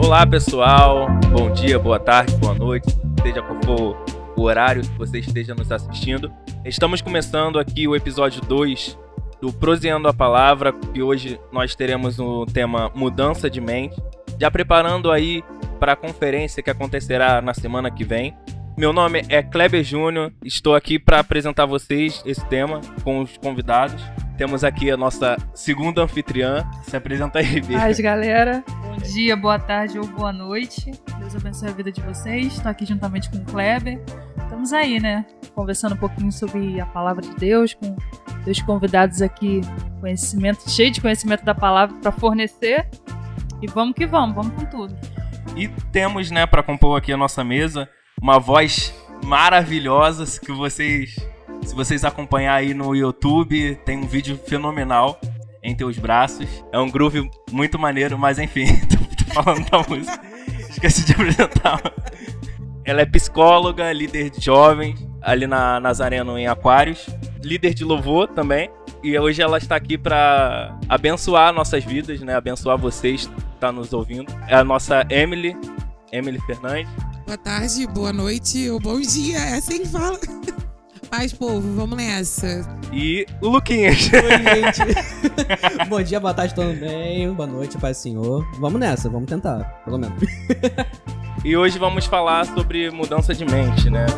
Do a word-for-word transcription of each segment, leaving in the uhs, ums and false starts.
Olá pessoal, bom dia, boa tarde, boa noite, seja qual for o horário que você esteja nos assistindo. Estamos começando aqui o episódio dois do Proseando a Palavra, e hoje nós teremos o tema Mudança de Mente, já preparando aí para a conferência que acontecerá na semana que vem. Meu nome é Kleber Júnior, estou aqui para apresentar a vocês esse tema com os convidados. Temos aqui a nossa segunda anfitriã. Se apresenta aí, Bia. Paz, galera. Bom dia, boa tarde ou boa noite. Deus abençoe a vida de vocês. Estou aqui juntamente com o Kleber. Estamos aí, né? Conversando um pouquinho sobre a palavra de Deus, com dois convidados aqui, conhecimento, cheio de conhecimento da palavra para fornecer. E vamos que vamos, vamos com tudo. E temos, né, para compor aqui a nossa mesa, uma voz maravilhosa que vocês... Se vocês acompanharem aí no YouTube, tem um vídeo fenomenal em teus braços. É um groove muito maneiro, mas enfim, tô, tô falando da música. Esqueci de apresentar. Ela é psicóloga, líder de jovens, ali na Nazareno em Aquários. Líder de louvor também. E hoje ela está aqui para abençoar nossas vidas, né? Abençoar vocês que estão nos ouvindo. É a nossa Emily, Emily Fernandes. Boa tarde, boa noite ou bom dia, é assim que fala. Paz, povo, vamos nessa. E o Luquinhas. Oi, gente. Bom dia, boa tarde também. Boa noite, Pai Senhor. Vamos nessa, vamos tentar, pelo menos. E hoje vamos falar sobre mudança de mente, né?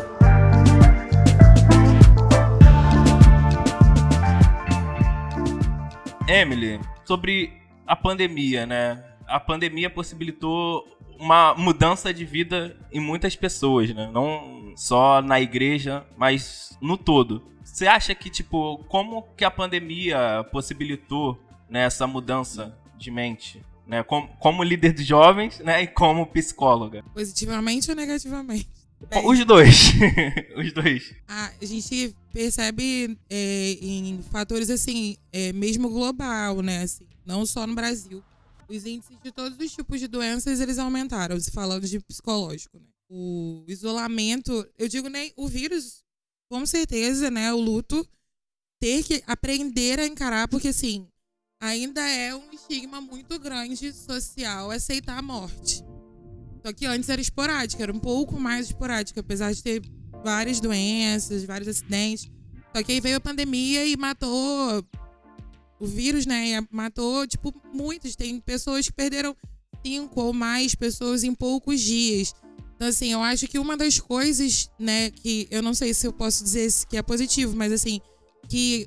Emily, sobre a pandemia, né? A pandemia possibilitou uma mudança de vida em muitas pessoas, né? Não só na igreja, mas no todo. Você acha que, tipo, como que a pandemia possibilitou, né, essa mudança de mente, né? Como, como líder de jovens, né, e como psicóloga? Positivamente ou negativamente? Bem, os dois. Os dois. A gente percebe é, em fatores, assim, é, mesmo global, né? Assim, não só no Brasil. Os índices de todos os tipos de doenças, eles aumentaram, falando de psicológico, né? O isolamento, eu digo nem o vírus, com certeza, né? O luto, ter que aprender a encarar, porque assim, ainda é um estigma muito grande social aceitar a morte. Só que antes era esporádica, era um pouco mais esporádica, apesar de ter várias doenças, vários acidentes. Só que aí veio a pandemia e matou... O vírus, né, matou, tipo, muitos. Tem pessoas que perderam cinco ou mais pessoas em poucos dias. Então, assim, eu acho que uma das coisas, né, que eu não sei se eu posso dizer que é positivo, mas, assim, que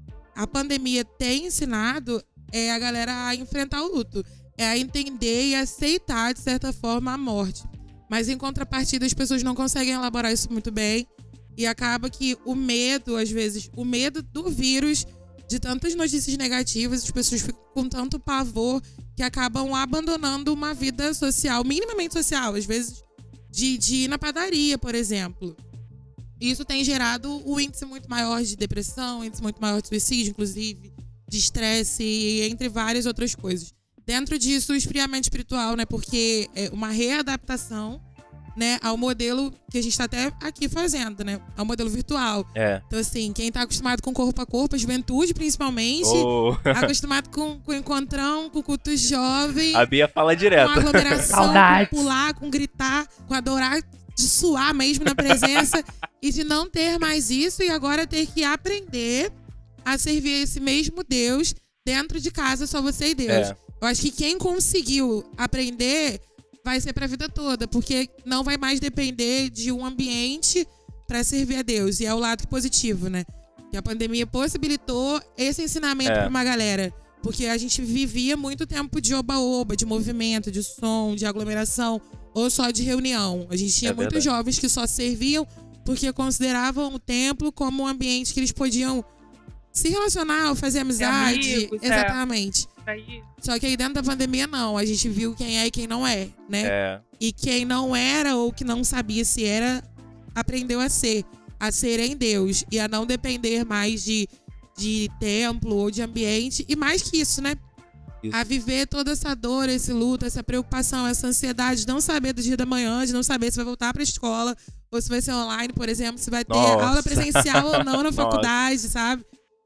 a pandemia tem ensinado é a galera a enfrentar o luto. É a entender e aceitar, de certa forma, a morte. Mas, em contrapartida, as pessoas não conseguem elaborar isso muito bem. E acaba que o medo, às vezes, o medo do vírus... de tantas notícias negativas, as pessoas ficam com tanto pavor que acabam abandonando uma vida social, minimamente social, às vezes de, de ir na padaria, por exemplo. Isso tem gerado um índice muito maior de depressão, um índice muito maior de suicídio, inclusive, de estresse, entre várias outras coisas. Dentro disso, o esfriamento espiritual, né, porque é uma readaptação, né, ao modelo que a gente tá até aqui fazendo, né? Ao modelo virtual. É. Então, assim, quem tá acostumado com corpo a corpo, a juventude, principalmente, oh. acostumado com, com encontrão, com culto jovem. A Bia fala direto. Com aglomeração, Saudades. com pular, com gritar, com adorar, de suar mesmo na presença. E de não ter mais isso e agora ter que aprender a servir esse mesmo Deus dentro de casa, só você e Deus. É. Eu acho que quem conseguiu aprender... vai ser pra vida toda, porque não vai mais depender de um ambiente pra servir a Deus. E é o lado positivo, né? Que a pandemia possibilitou esse ensinamento é. pra uma galera. Porque a gente vivia muito tempo de oba-oba, de movimento, de som, de aglomeração, ou só de reunião. A gente tinha É muitos verdade. jovens que só serviam porque consideravam o templo como um ambiente que eles podiam se relacionar, ou fazer amizade. amigos, é. Exatamente. Aí, Só que aí dentro da pandemia, não. A gente viu quem é e quem não é, né? É. E quem não era ou que não sabia se era, aprendeu a ser. A ser em Deus. E a não depender mais de, de templo ou de ambiente. E mais que isso, né? Isso. A viver toda essa dor, esse luto, essa preocupação, essa ansiedade de não saber do dia da manhã, de não saber se vai voltar pra escola ou se vai ser online, por exemplo, se vai ter Nossa. aula presencial ou não na Nossa. faculdade, sabe?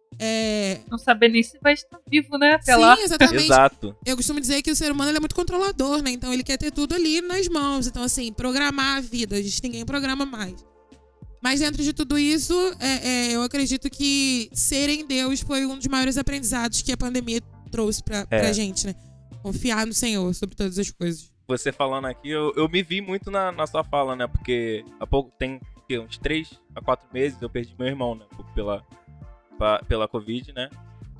É... Não saber nem se vai estar vivo, né? Até lá. Sim, exatamente. Exato. Eu costumo dizer que o ser humano ele é muito controlador, né? Então ele quer ter tudo ali nas mãos. Então, assim, programar a vida, a gente ninguém programa mais. Mas dentro de tudo isso, é, é, eu acredito que ser em Deus foi um dos maiores aprendizados que a pandemia trouxe pra, É. pra gente, né? Confiar no Senhor sobre todas as coisas. Você falando aqui, eu, eu me vi muito na, na sua fala, né? Porque há pouco, tem o quê? Uns três a quatro meses eu perdi meu irmão, né? Pela, pa- pela Covid, né?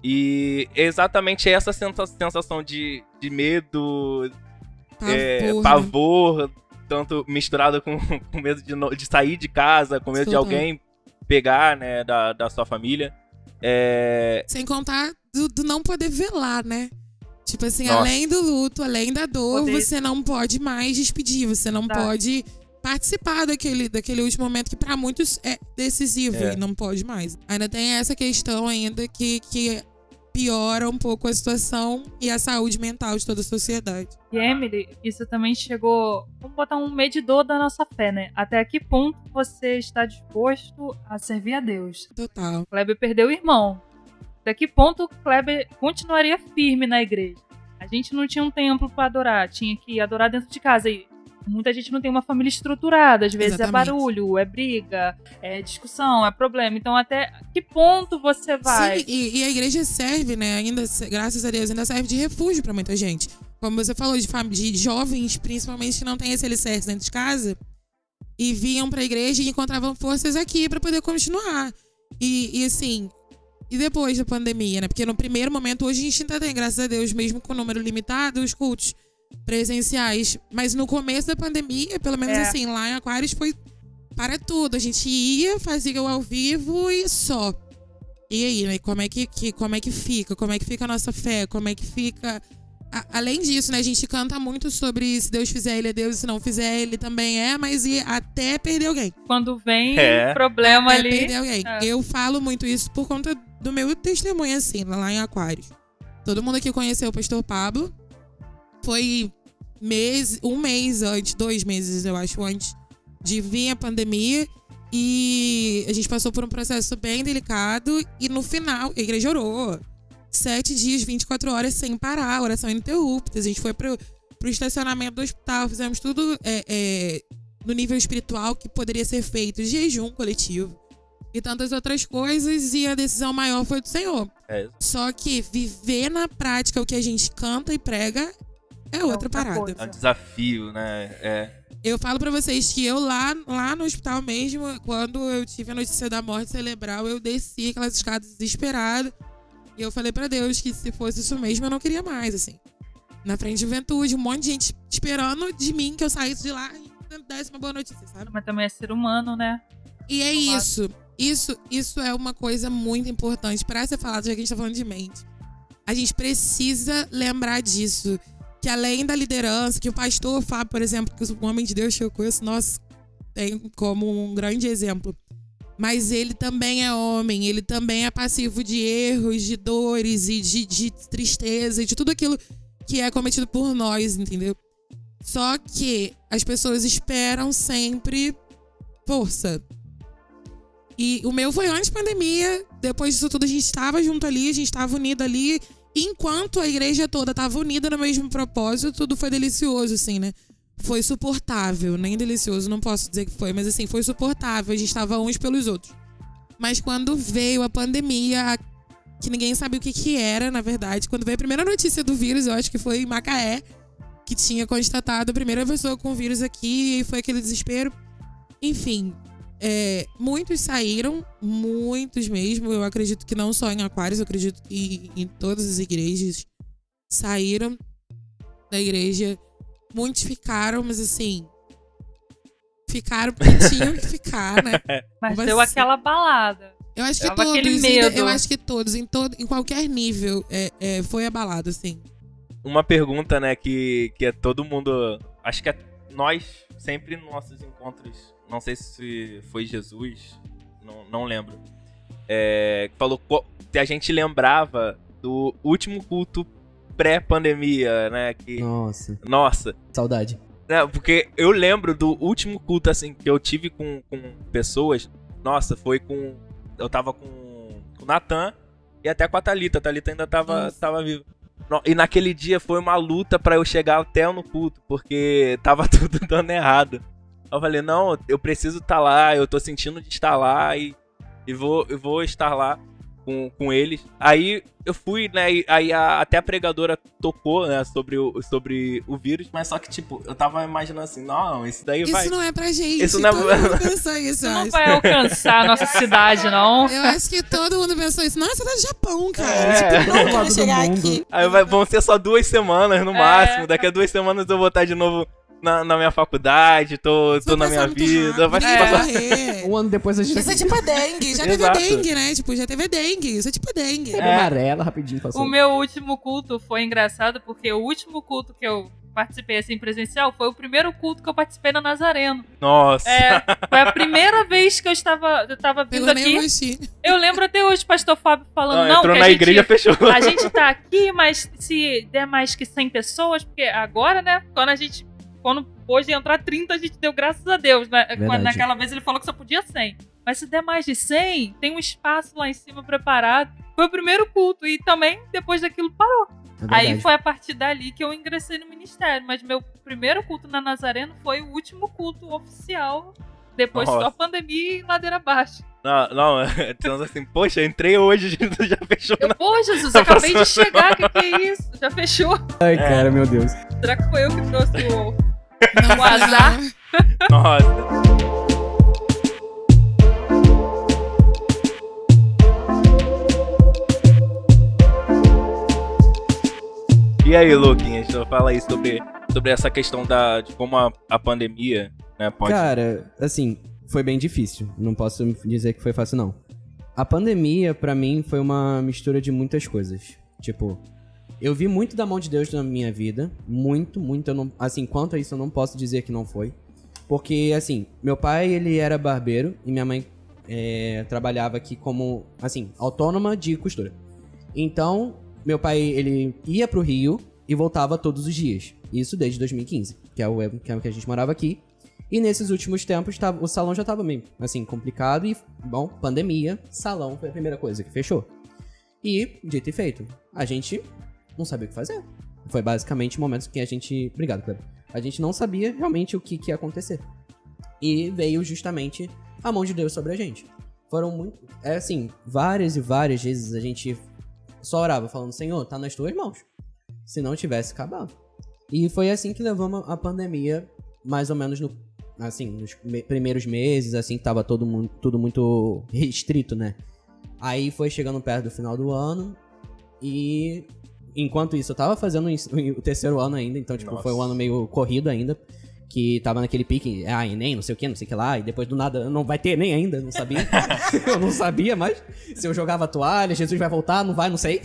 E é exatamente essa sensa- sensação de, de medo, Pavor, é, né? pavor, tanto misturado com, com medo de, no- de sair de casa, com medo de Total. alguém pegar, né, da, da sua família. É, Sem contar do, do não poder velar, né? Tipo assim, Nossa. além do luto, além da dor, Poder- você não pode mais despedir, você não Tá. pode participar daquele, daquele último momento que pra muitos é decisivo É. e não pode mais. Ainda tem essa questão ainda que, que piora um pouco a situação e a saúde mental de toda a sociedade. E Emily, isso também chegou. Vamos botar um medidor da nossa fé, né? Até que ponto você está disposto a servir a Deus? Total. Kleber perdeu o irmão. Até que ponto o Kleber continuaria firme na igreja? A gente não tinha um templo pra adorar, tinha que adorar dentro de casa. E muita gente não tem uma família estruturada, às vezes Exatamente. é barulho, é briga, é discussão, é problema. Então, até que ponto você vai? Sim, e, e a igreja serve, né? Ainda, graças a Deus, ainda serve de refúgio pra muita gente. Como você falou, de, fam- de jovens, principalmente, que não têm esse alicerce dentro de casa, e vinham pra igreja e encontravam forças aqui pra poder continuar. E, e assim, e depois da pandemia, né? Porque no primeiro momento, hoje a gente ainda tem, graças a Deus, mesmo com o número limitado, os cultos presenciais. Mas no começo da pandemia, pelo menos É. assim, lá em Aquários foi para tudo. A gente ia, fazia o ao vivo e só. E aí, né? Como é que, que, como é que fica? Como é que fica a nossa fé? Como é que fica... A- além disso, né? A gente canta muito sobre se Deus fizer, ele é Deus. Se não fizer, ele também é. Mas e até perder alguém. Quando vem É. problema Até ali. perder alguém. É. Eu falo muito isso por conta do meu testemunho, assim, lá em Aquários. Todo mundo aqui conheceu o pastor Pablo. Foi mês, um mês antes, dois meses, eu acho, antes de vir a pandemia. E a gente passou por um processo bem delicado. E no final, a igreja orou. Sete dias, vinte e quatro horas sem parar, oração ininterrupta. A gente foi pro, pro estacionamento do hospital, fizemos tudo é, é, no nível espiritual que poderia ser feito, jejum coletivo e tantas outras coisas. E a decisão maior foi do Senhor. é, Só que viver na prática o que a gente canta e prega é outra, outra parada. coisa. é um desafio, né? É, Eu falo pra vocês que eu lá, lá no hospital mesmo, quando eu tive a notícia da morte cerebral, eu desci aquelas escadas desesperada. E eu falei pra Deus que se fosse isso mesmo, eu não queria mais, assim. Na frente de juventude, um monte de gente esperando de mim que eu saísse de lá e desse uma boa notícia, sabe? Mas também é ser humano, né? E é Claro. isso. Isso, isso é uma coisa muito importante pra ser falado, já que a gente tá falando de mente. A gente precisa lembrar disso. Que além da liderança, que o pastor Fábio, por exemplo, que o homem de Deus que eu conheço, nossa, tem como um grande exemplo. Mas ele também é homem, ele também é passivo de erros, de dores e de, de tristeza, e de tudo aquilo que é cometido por nós, entendeu? Só que as pessoas esperam sempre força. E o meu foi antes da pandemia, depois disso tudo a gente estava junto ali, a gente estava unido ali. Enquanto a igreja toda estava unida no mesmo propósito, tudo foi delicioso, assim, né? Foi suportável, nem delicioso, não posso dizer que foi, mas assim, foi suportável, a gente estava uns pelos outros. Mas quando veio a pandemia, que ninguém sabia o que que era, na verdade, quando veio a primeira notícia do vírus, eu acho que foi em Macaé, que tinha constatado a primeira pessoa com vírus aqui, e foi aquele desespero. Enfim, é, muitos saíram, muitos mesmo, eu acredito que não só em Aquários, eu acredito que em todas as igrejas saíram da igreja. Muitos ficaram, mas assim, ficaram porque tinham que ficar, né? Mas Você- deu aquela balada. Eu acho que Dava aquele todos, medo. eu acho que todos, em, todo, em qualquer nível, é, é, foi abalado, assim. uma pergunta, né, que, que é todo mundo... Acho que é nós, sempre nos nossos encontros, não sei se foi Jesus, não, não lembro, é, falou co- que a gente lembrava do último culto pré-pandemia, né, que... Nossa, Nossa, saudade. né, porque eu lembro do último culto, assim, que eu tive com, com pessoas, nossa, foi com... Eu tava com, com o Natan E até com a Thalita, a Thalita ainda tava, tava viva. E naquele dia foi uma luta pra eu chegar até no culto, porque tava tudo dando errado. Eu falei, não, eu preciso estar lá, eu tô sentindo de estar lá e, e vou, eu vou estar lá com, com eles. Aí eu fui, né, e, aí a, até a pregadora tocou, né, sobre o, sobre o vírus, mas só que, tipo, eu tava imaginando assim, não, isso daí isso vai... Isso não é pra gente, isso não todo é... mundo pensou isso, Isso eu não acho. vai alcançar a nossa cidade, não. Eu acho que todo mundo pensou isso. Nossa, tá do Japão, cara. É. Tipo, não vai chegar aqui. Aí vai, vão ser só duas semanas no É. máximo, daqui a duas semanas eu vou estar de novo... Na, na minha faculdade, tô, tô na minha vida. Vai é. passar... Um ano depois a gente... Isso é tipo a dengue. Já teve Exato. dengue, né? Tipo, já teve dengue. Isso é tipo a dengue. Febre É. amarela, rapidinho passou. O meu último culto foi engraçado, porque o último culto que eu participei assim presencial foi o primeiro culto que eu participei na Nazareno. Nossa. É, foi a primeira vez que eu estava, eu estava vindo Pegou nem aqui. gostinho. Eu lembro até hoje o pastor Fábio falando, Não, não, entrou que na a gente, igreja, fechou. a gente tá aqui, mas se der mais que cem pessoas, porque agora, né, quando a gente, quando pôde entrar trinta, a gente deu graças a Deus, né? Verdade. Naquela vez ele falou que só podia cem. Mas se der mais de cem, tem um espaço lá em cima preparado. Foi o primeiro culto e também depois daquilo parou. É verdade. Aí foi a partir dali que eu ingressei no ministério. Mas meu primeiro culto na Nazareno foi o último culto oficial. Depois Nossa. só pandemia e ladeira abaixo. Não, não, então assim, poxa, entrei hoje, já fechou. Eu, na... pô, Jesus, eu acabei de chegar, que que é isso? Já fechou? Ai, cara, meu Deus. Será que foi eu que trouxe o, Não, o azar? Nossa. E aí, Luquinhas, fala aí sobre, sobre essa questão da, de como a, a pandemia, né, pode... Cara, assim, foi bem difícil. Não posso dizer que foi fácil, não. A pandemia, pra mim, foi uma mistura de muitas coisas. Tipo, eu vi muito da mão de Deus na minha vida. Muito, muito. Eu não, assim, quanto a isso, eu não posso dizer que não foi. Porque, assim, meu pai, ele era barbeiro e minha mãe é, trabalhava aqui como, assim, autônoma de costura. Então, meu pai, ele ia pro Rio e voltava todos os dias. Isso desde dois mil e quinze, que é o, que é o que a gente morava aqui. E nesses últimos tempos, tava, o salão já tava meio, assim, complicado e, bom, pandemia, salão foi a primeira coisa que fechou. E, dito e feito, a gente não sabia o que fazer. Foi basicamente o momento que a gente... Obrigado, Cleber. A gente não sabia realmente o que, que ia acontecer. E veio justamente a mão de Deus sobre a gente. Foram muito... É assim, várias e várias vezes a gente só orava falando, Senhor, tá nas tuas mãos. Se não tivesse acabado. E foi assim que levamos a pandemia, mais ou menos no... Assim, nos me- primeiros meses, assim, que tava todo mundo, tudo muito restrito, né? Aí foi chegando perto do final do ano e... Enquanto isso, eu tava fazendo o terceiro ano ainda, então, tipo, Nossa. foi um ano meio corrido ainda. Que tava naquele pique, ah, Enem, não sei o que, não sei o que lá. E depois do nada, não vai ter Enem ainda, não sabia. Eu não sabia, mas se eu jogava a toalha, Jesus vai voltar, não vai, não sei.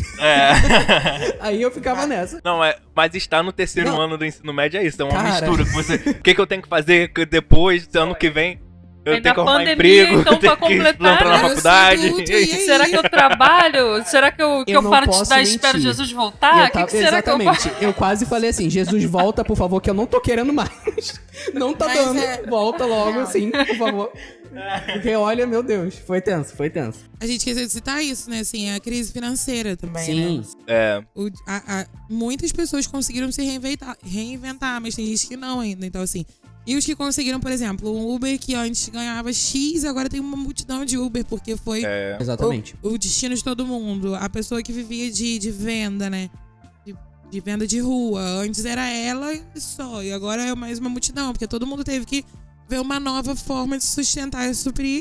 É. Aí eu ficava nessa. Não, é, mas estar no terceiro Não. ano do ensino médio é isso, é uma Cara. mistura. Que você, o que, que eu tenho que fazer que depois, ano que vem? Eu Aí tenho que na arrumar pandemia, emprego, então, tenho pra que completar, entrar na né? faculdade. Eu sou adulto, e aí? Será que eu trabalho? Será que eu, que Eu eu, não paro de posso estudar e espero mentir. Jesus voltar? Eu O que, tava- que será que eu exatamente. faço? Eu quase falei assim, Jesus, volta, por favor, que eu não tô querendo mais. Não tá Mas dando. é- Volta logo, Não. assim, por favor. Porque, olha, meu Deus, foi tenso, foi tenso. A gente esqueceu de citar isso, né? Assim, a crise financeira também, Sim. né? É, O- a- a- muitas pessoas conseguiram se reinventar, reinventar, mas tem gente que não ainda. Então, assim. E os que conseguiram, por exemplo, um Uber que antes ganhava X, agora tem uma multidão de Uber, porque foi é. Exatamente. o, o destino de todo mundo. A pessoa que vivia de, de venda, né? De, de venda de rua. Antes era ela e só. E agora é mais uma multidão, porque todo mundo teve que ver uma nova forma de sustentar e suprir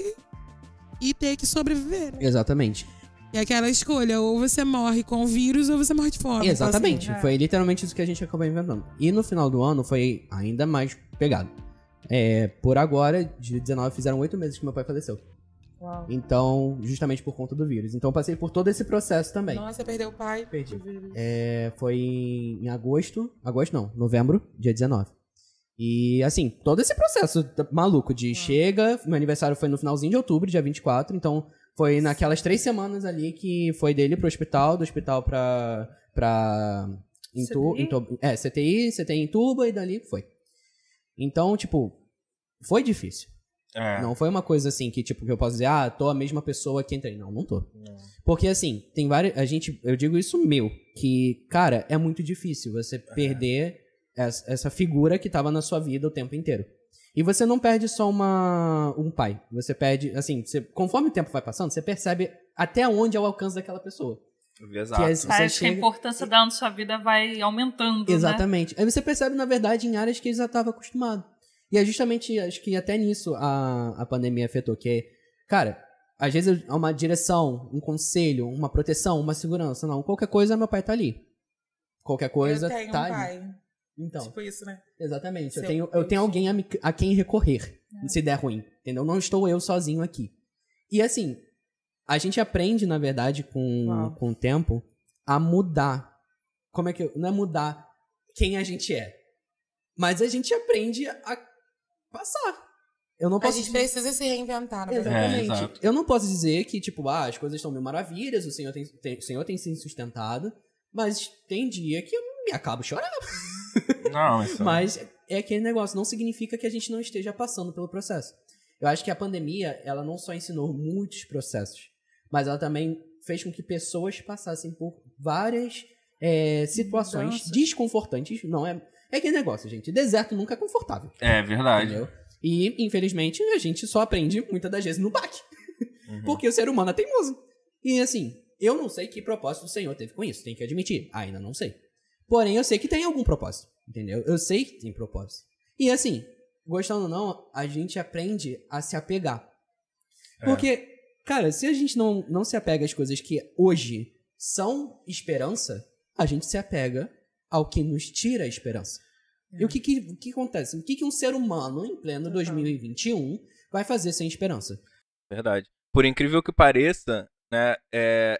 e ter que sobreviver, né? Exatamente. E aquela escolha, ou você morre com o vírus ou você morre de fome. Exatamente. Então, assim, Foi literalmente isso que a gente acabou inventando. E no final do ano foi ainda mais pegado. É, por agora, de dezenove, fizeram oito meses que meu pai faleceu. Uau. Então, justamente por conta do vírus. Então, eu passei por todo esse processo também. Nossa, perdeu o pai. Perdi. É, foi em agosto. Agosto não, novembro, dia dezenove. E assim, todo esse processo t- maluco de chega. Meu aniversário foi no finalzinho de outubro, dia vinte e quatro. Então, foi naquelas três semanas ali que foi dele pro hospital, do hospital pra. pra Intu, C T I? Intu- é, C T I, C T I em Tuba e dali foi. Então, tipo, foi difícil. É. Não foi uma coisa assim que, tipo, que eu posso dizer, ah, tô a mesma pessoa que entrei. Não, não tô. Não. Porque, assim, tem várias... A gente... Eu digo isso meu, que, cara, é muito difícil você é. perder essa, essa figura que tava na sua vida o tempo inteiro. E você não perde só uma, um pai. Você perde, assim, você, conforme o tempo vai passando, você percebe até onde é o alcance daquela pessoa. Exato. Que é, Parece chega... que a importância dela na sua vida vai aumentando, Exatamente. Né? Aí você percebe, na verdade, em áreas que ele já estava acostumado. E é justamente, acho que até nisso a, a pandemia afetou. Que, cara, às vezes é uma direção, um conselho, uma proteção, uma segurança. Não, qualquer coisa, meu pai tá ali. Qualquer coisa eu tenho tá um ali. Pai. Então, tipo isso, né? Exatamente. Eu Seu tenho, eu tenho alguém a, me, a quem recorrer, é. se der ruim. Entendeu? Não estou eu sozinho aqui. E assim, a gente aprende, na verdade, com, com o tempo, a mudar. Como é que eu... Não é mudar quem a gente é. Mas a gente aprende a passar. Eu não posso a gente dizer... precisa se reinventar, na verdade. Exatamente. É, eu não posso dizer que, tipo, ah, as coisas estão mil maravilhas, o Senhor tem, tem, o Senhor tem sido sustentado, mas tem dia que eu me acabo chorando. Não, isso... Mas é aquele negócio, não significa que a gente não esteja passando pelo processo. Eu acho que a pandemia, ela não só ensinou muitos processos, mas ela também fez com que pessoas passassem por várias é, situações Mudanças. desconfortantes. Não é, é aquele negócio, gente. Deserto nunca é confortável. É verdade. Entendeu? E, infelizmente, a gente só aprende muitas das vezes no baque. Uhum. Porque o ser humano é teimoso. E assim, eu não sei que propósito o Senhor teve com isso. Tem que admitir. Ainda não sei. Porém, eu sei que tem algum propósito. Entendeu? Eu sei que tem propósito. E assim, gostando ou não, a gente aprende a se apegar. É. Porque, cara, se a gente não, não se apega às coisas que hoje são esperança, a gente se apega ao que nos tira a esperança. É. E o que, que, o que acontece? O que, que um ser humano, em pleno dois mil e vinte e um, vai fazer sem esperança? Verdade. Por incrível que pareça, né, é...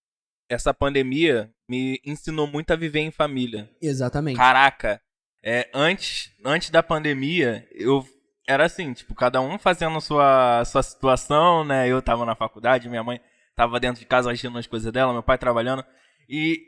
essa pandemia me ensinou muito a viver em família. Exatamente. Caraca, é, antes, antes da pandemia, eu era assim, tipo, cada um fazendo sua, sua situação, né? Eu tava na faculdade, minha mãe tava dentro de casa agindo nas coisas dela, meu pai trabalhando. E,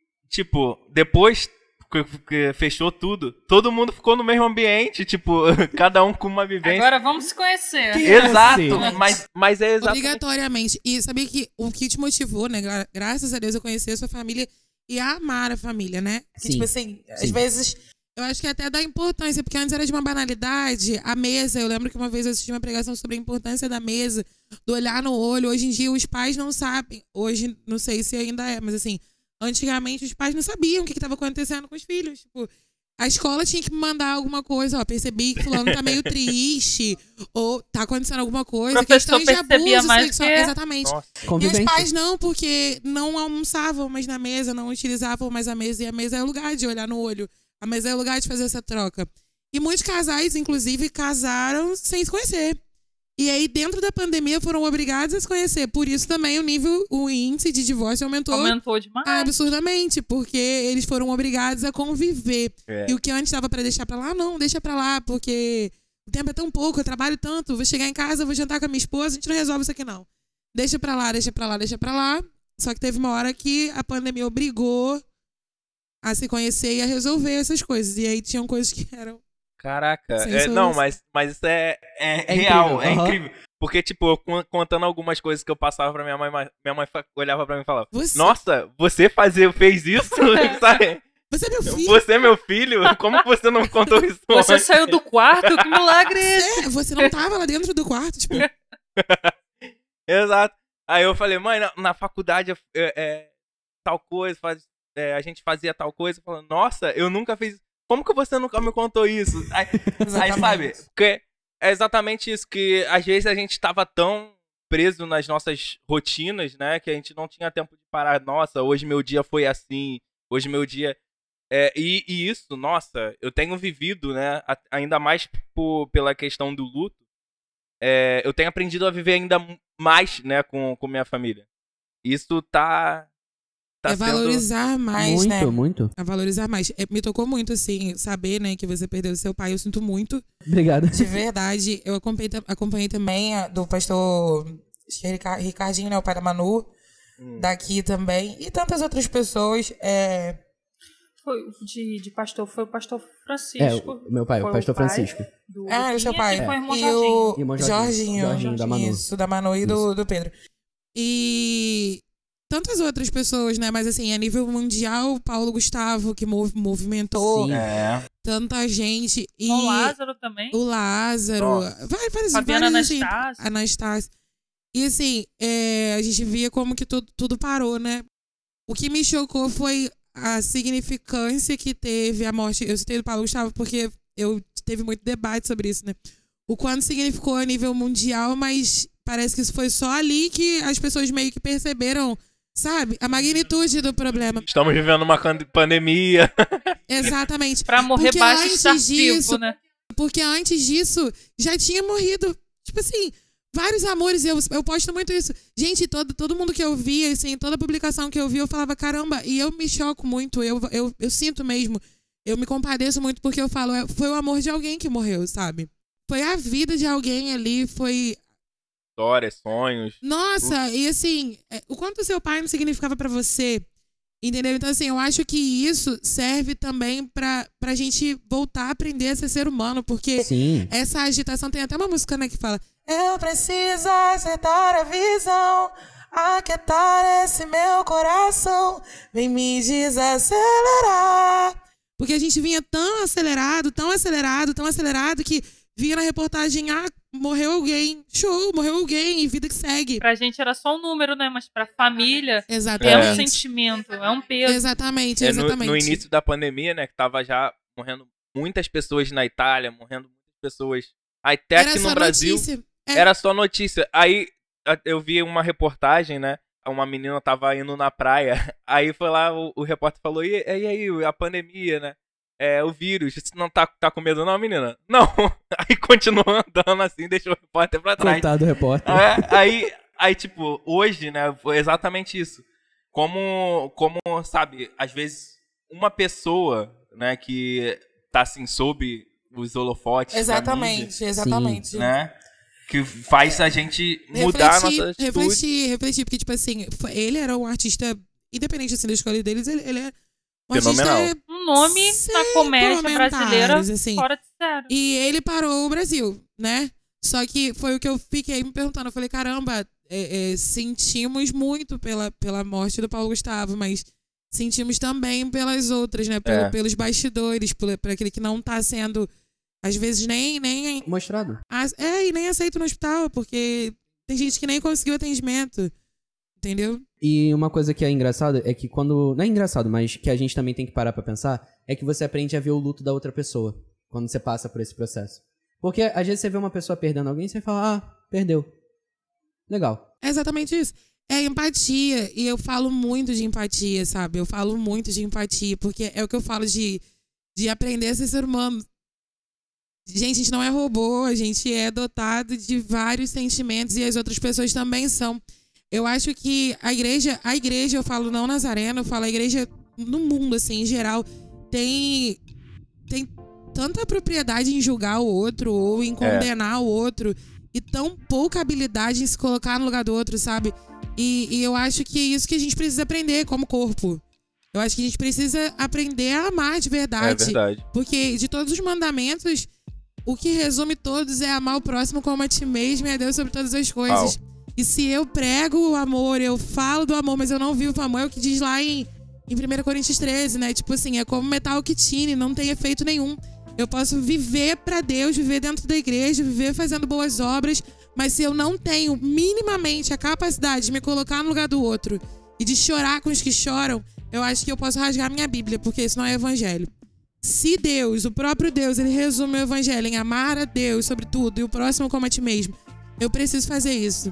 tipo, depois que, que fechou tudo, todo mundo ficou no mesmo ambiente, tipo, cada um com uma vivência. Agora vamos se conhecer. Que Exato, é mas, mas é exatamente... Obrigatoriamente. E sabia que o que te motivou, né? Gra graças a Deus eu conheci a sua família e a amar a família, né? Porque, Sim. tipo assim, Sim. às vezes... Eu acho que até dá importância, porque antes era de uma banalidade. A mesa, eu lembro que uma vez eu assisti uma pregação sobre a importância da mesa, do olhar no olho. Hoje em dia os pais não sabem. Hoje, não sei se ainda é, mas assim, antigamente os pais não sabiam o que estava acontecendo com os filhos. Tipo, a escola tinha que me mandar alguma coisa, ó, percebi que fulano tá meio triste, ou tá acontecendo alguma coisa, questões de abuso sexual. Que... Exatamente. E os pais não, porque não almoçavam mais na mesa, não utilizavam mais a mesa, e a mesa é o lugar de olhar no olho. A mesa é o lugar de fazer essa troca. E muitos casais, inclusive, casaram sem se conhecer. E aí, dentro da pandemia, foram obrigados a se conhecer. Por isso também o nível, o índice de divórcio aumentou, aumentou demais. absurdamente. Porque eles foram obrigados a conviver. É. E o que antes estava para deixar para lá, não, deixa para lá. Porque o tempo é tão pouco, eu trabalho tanto. Vou chegar em casa, vou jantar com a minha esposa, a gente não resolve isso aqui, não. Deixa para lá, deixa para lá, deixa para lá. Só que teve uma hora que a pandemia obrigou a se conhecer e a resolver essas coisas. E aí tinham coisas que eram... Caraca, é, não, mas, mas isso é, é, É real, incrível, é aham. incrível. Porque, tipo, eu con- contando algumas coisas que eu passava pra minha mãe, mas minha mãe fa- olhava pra mim e falava: Você, Nossa, você fazia, fez isso? Sabe? você é meu filho. Você é meu filho? Como que você não me contou isso Você antes? saiu do quarto, que milagre é esse? É, você não tava lá dentro do quarto, tipo... Exato. Aí eu falei: Mãe, na, na faculdade eu- é, é, tal coisa, faz, é, a gente fazia tal coisa. Falando: Nossa, eu nunca fiz. Como que você nunca me contou isso? Aí, aí sabe? Porque é exatamente isso, que às vezes a gente tava tão preso nas nossas rotinas, né? Que a gente não tinha tempo de parar. Nossa, hoje meu dia foi assim. Hoje meu dia... É, e, e isso, nossa, eu tenho vivido, né? a- Ainda mais por, pela questão do luto. É, eu tenho aprendido a viver ainda mais, né? Com, com minha família. Isso tá... tá é sendo- valorizar mais, muito, né? muito. É valorizar mais. É, me tocou muito, assim, saber, né, que você perdeu seu pai. Eu sinto muito. Obrigado. De verdade. Eu acompanhei, ta- acompanhei também a do pastor acho que é Rica- Ricardinho, né, o pai da Manu. Hum. Daqui também. E tantas outras pessoas. É... foi de, de pastor? Foi o pastor É, Francisco. o meu pai, Foi o pastor pai Francisco. do Ah, o seu pai. E foi o irmão E Jorginho. o E o irmão Jorginho. Jorginho. Jorginho, da Manu. Isso, da Manu e do, do Pedro. E tantas outras pessoas, né? Mas assim, a nível mundial, o Paulo Gustavo, que mov movimentou Sim. É. tanta gente. E O Lázaro também. o Lázaro. Nossa. Vai, vários, Fabiana vários, assim, Anastácio. Anastácio. E assim, é, a gente via como que tudo, tudo parou, né? O que me chocou foi a significância que teve a morte. Eu citei do Paulo Gustavo porque eu teve muito debate sobre isso, né? O quanto significou a nível mundial, mas parece que isso foi só ali que as pessoas meio que perceberam, sabe? A magnitude do problema. Estamos vivendo uma can- pandemia. Exatamente. Pra morrer Porque baixo e antes estar disso, vivo, né? Porque antes disso, já tinha morrido, tipo assim, vários amores. Eu, eu posto muito isso. Gente, todo, todo mundo que eu via, assim, toda publicação que eu vi, eu falava, caramba, e eu me choco muito, eu, eu, eu sinto mesmo, eu me compadeço muito porque eu falo, é, foi o amor de alguém que morreu, sabe? Foi a vida de alguém ali, foi... Histórias, sonhos. Nossa, e assim, é, o quanto seu pai não significava pra você, entendeu? Então, assim, eu acho que isso serve também pra, pra gente voltar a aprender a ser ser humano, porque Sim. essa agitação, tem até uma música, né, que fala: eu preciso acertar a visão, aquietar esse meu coração, vem me desacelerar. Porque a gente vinha tão acelerado, tão acelerado, tão acelerado, que via na reportagem, ah, morreu alguém, show, morreu alguém, e vida que segue. Pra gente era só um número, né? Mas pra família é um Exatamente. sentimento, é um peso. Exatamente, É, no, exatamente. no início da pandemia, né, que tava já morrendo muitas pessoas na Itália, morrendo muitas pessoas até Era aqui só no Brasil. notícia. É. Era só notícia. Aí a- eu vi uma reportagem, né? Uma menina tava indo na praia. Aí foi lá, o, o repórter falou: e, e aí, a pandemia, né? É, o vírus, você não tá, tá com medo, não, menina? Não. Aí continuou andando assim, deixou o repórter pra trás. Coitado do repórter. É, aí, aí, tipo, hoje, né, foi exatamente isso. Como, como, sabe, às vezes uma pessoa, né, que tá assim, sob os holofotes da Exatamente, mídia, exatamente. né, que faz a gente mudar a nossa atitude. refletir, refletir, porque, tipo assim, foi- ele era um artista, independente assim, da escolha deles, ele, ele é um Fenomenal. artista Um nome sem na comédia brasileira comentários, assim. fora de sério. E ele parou o Brasil, né? Só que foi o que eu fiquei me perguntando. Eu falei, caramba, é, é, sentimos muito pela, pela morte do Paulo Gustavo, mas sentimos também pelas outras, né? Pelo- É. Pelos bastidores, por, por aquele que não tá sendo, às vezes, nem, nem, Mostrado. a- é, e nem aceito no hospital, porque tem gente que nem conseguiu atendimento, entendeu? E uma coisa que é engraçado é que quando... Não é engraçado, mas que a gente também tem que parar pra pensar, é que você aprende a ver o luto da outra pessoa quando você passa por esse processo. Porque às vezes você vê uma pessoa perdendo alguém e você fala, ah, perdeu. Legal. É exatamente isso. É empatia. E eu falo muito de empatia, sabe? Eu falo muito de empatia, porque é o que eu falo de, de aprender a ser ser humano. Gente, a gente não é robô, a gente é dotado de vários sentimentos e as outras pessoas também são. Eu acho que a igreja, a igreja, eu falo não Nazareno, eu falo a igreja no mundo, assim, em geral, tem, tem tanta propriedade em julgar o outro ou em condenar o outro e tão pouca habilidade em se colocar no lugar do outro, sabe? E, e eu acho que é isso que a gente precisa aprender como corpo. Eu acho que a gente precisa aprender a amar de É verdade. verdade. Porque de todos os mandamentos, o que resume todos é amar o próximo como a ti mesmo e a Deus sobre todas as coisas. E se eu prego o amor, eu falo do amor, mas eu não vivo o amor, é o que diz lá em, em primeira Coríntios treze, né? Tipo assim, é como metal que tine, não tem efeito nenhum. Eu posso viver pra Deus, viver dentro da igreja, viver fazendo boas obras, mas se eu não tenho minimamente a capacidade de me colocar no lugar do outro e de chorar com os que choram, eu acho que eu posso rasgar minha Bíblia, porque isso não é evangelho. Se Deus, o próprio Deus, ele resume o evangelho em amar a Deus sobre tudo e o próximo como a ti mesmo, eu preciso fazer isso.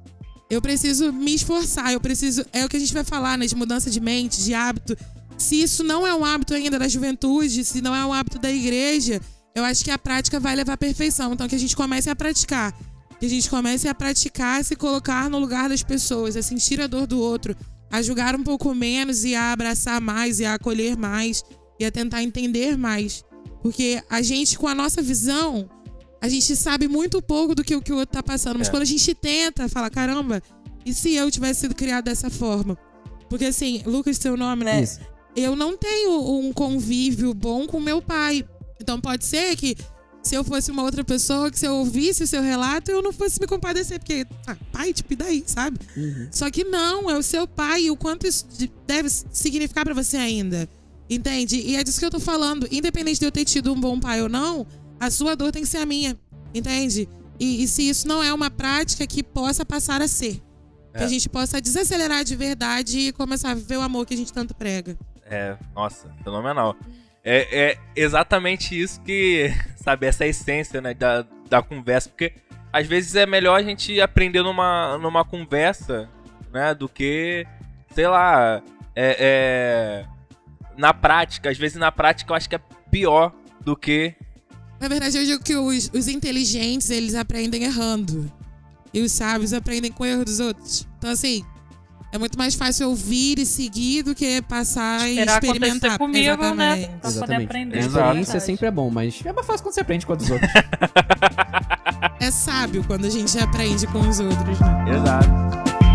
Eu preciso me esforçar, eu preciso... É o que a gente vai falar, né? De mudança de mente, de hábito. Se isso não é um hábito ainda da juventude, se não é um hábito da igreja, eu acho que a prática vai levar à perfeição. Então, que a gente comece a praticar. Que a gente comece a praticar, se colocar no lugar das pessoas, a sentir a dor do outro, a julgar um pouco menos e a abraçar mais, e a acolher mais, e a tentar entender mais. Porque a gente, com a nossa visão... A gente sabe muito pouco do que o que o outro tá passando. Mas É. quando a gente tenta, fala, caramba, e se eu tivesse sido criado dessa forma? Porque assim, Lucas, seu nome, né? Isso. eu não tenho um convívio bom com meu pai. Então pode ser que se eu fosse uma outra pessoa, que se eu ouvisse o seu relato, eu não fosse me compadecer. Porque, ah, pai, tipo, e daí, sabe? Uhum. Só que não, é o seu pai e o quanto isso deve significar pra você ainda. Entende? E é disso que eu tô falando. Independente de eu ter tido um bom pai ou não, a sua dor tem que ser a minha. Entende? E, e se isso não é uma prática que possa passar a ser. É. Que a gente possa desacelerar de verdade e começar a viver o amor que a gente tanto prega. É, nossa, fenomenal. É, é exatamente isso que, sabe, essa essência, né, da, da conversa. Porque às vezes é melhor a gente aprender numa, numa conversa, né, do que, sei lá, é, é, na prática. Às vezes na prática eu acho que é pior do que... Na verdade, eu digo que os, os inteligentes, eles aprendem errando. E os sábios aprendem com o erro dos outros. Então, assim, é muito mais fácil ouvir e seguir do que passar Esperar e experimentar. Comigo, Exatamente. né? Pra Exatamente. poder aprender. A experiência sempre é bom, mas é mais fácil quando você aprende com a dos outros. É sábio quando a gente aprende com os outros, né? Exato.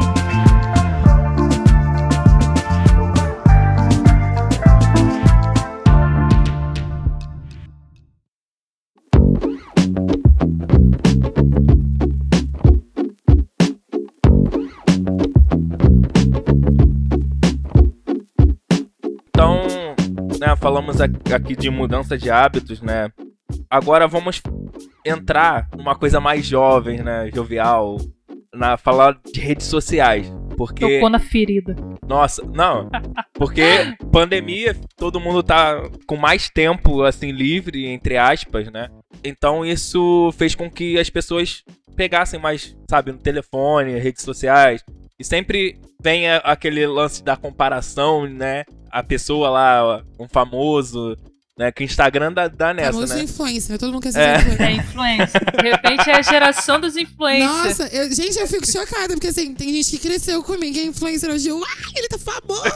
Então, né, falamos aqui de mudança de hábitos, né? Agora vamos entrar numa coisa mais jovem, né, jovial, na falar de redes sociais, porque Tocou na ferida. Nossa, não, porque pandemia, todo mundo tá com mais tempo assim livre, entre aspas, né? Então isso fez com que as pessoas pegassem mais, sabe, no telefone, redes sociais. E sempre vem aquele lance da comparação, né? A pessoa lá, um famoso, né? Que o Instagram dá, dá nessa, famoso né? influencer, todo mundo quer ser É. influencer. É influencer. De repente é a geração dos influencers. Nossa, eu- gente, eu fico chocada, porque assim, tem gente que cresceu comigo, que é influencer hoje. Eu, ai, ele tá famoso!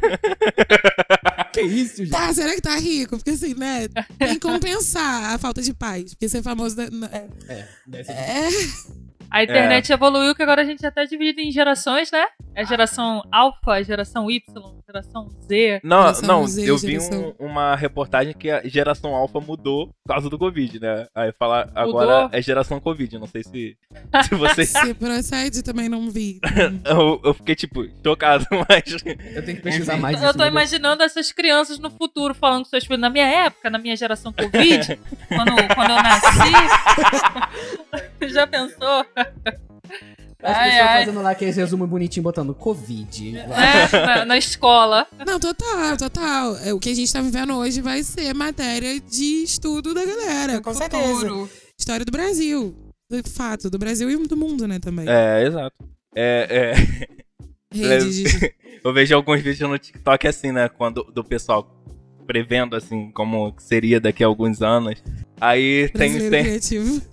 Que isso, gente? Tá, será que tá rico? Porque assim, né? Tem que compensar a falta de paz. Porque ser famoso. né, né, É, deve ser. É. A internet evoluiu que agora a gente já tá dividido em gerações, né? É a geração alfa, a geração Y, a geração Z. Não, Geração não, Z, eu vi geração- um- uma reportagem que a geração alfa mudou por causa do Covid, né? Aí fala, Mudou? agora é geração Covid, não sei se, se vocês... Se procede, também não vi. eu, eu fiquei, tipo, chocado, mas... Eu tenho que pesquisar mais Eu disso, tô meu Deus. imaginando essas crianças no futuro falando com seus filhos. Na minha época, na minha geração Covid, quando, quando eu nasci. Já pensou? As Ai, pessoas ai. fazendo lá aqueles resumos bonitinhos, botando Covid. É, na, na escola. Não, total, total. É, o que a gente tá vivendo hoje vai ser matéria de estudo da galera. Com certeza. Futuro. História do Brasil. De fato, do Brasil e do mundo, né, também. É, exato. É, é... Rede de... Eu vejo alguns vídeos no TikTok assim, né? Quando do pessoal prevendo assim como seria daqui a alguns anos. Aí tem, Brasileiro tem... criativo.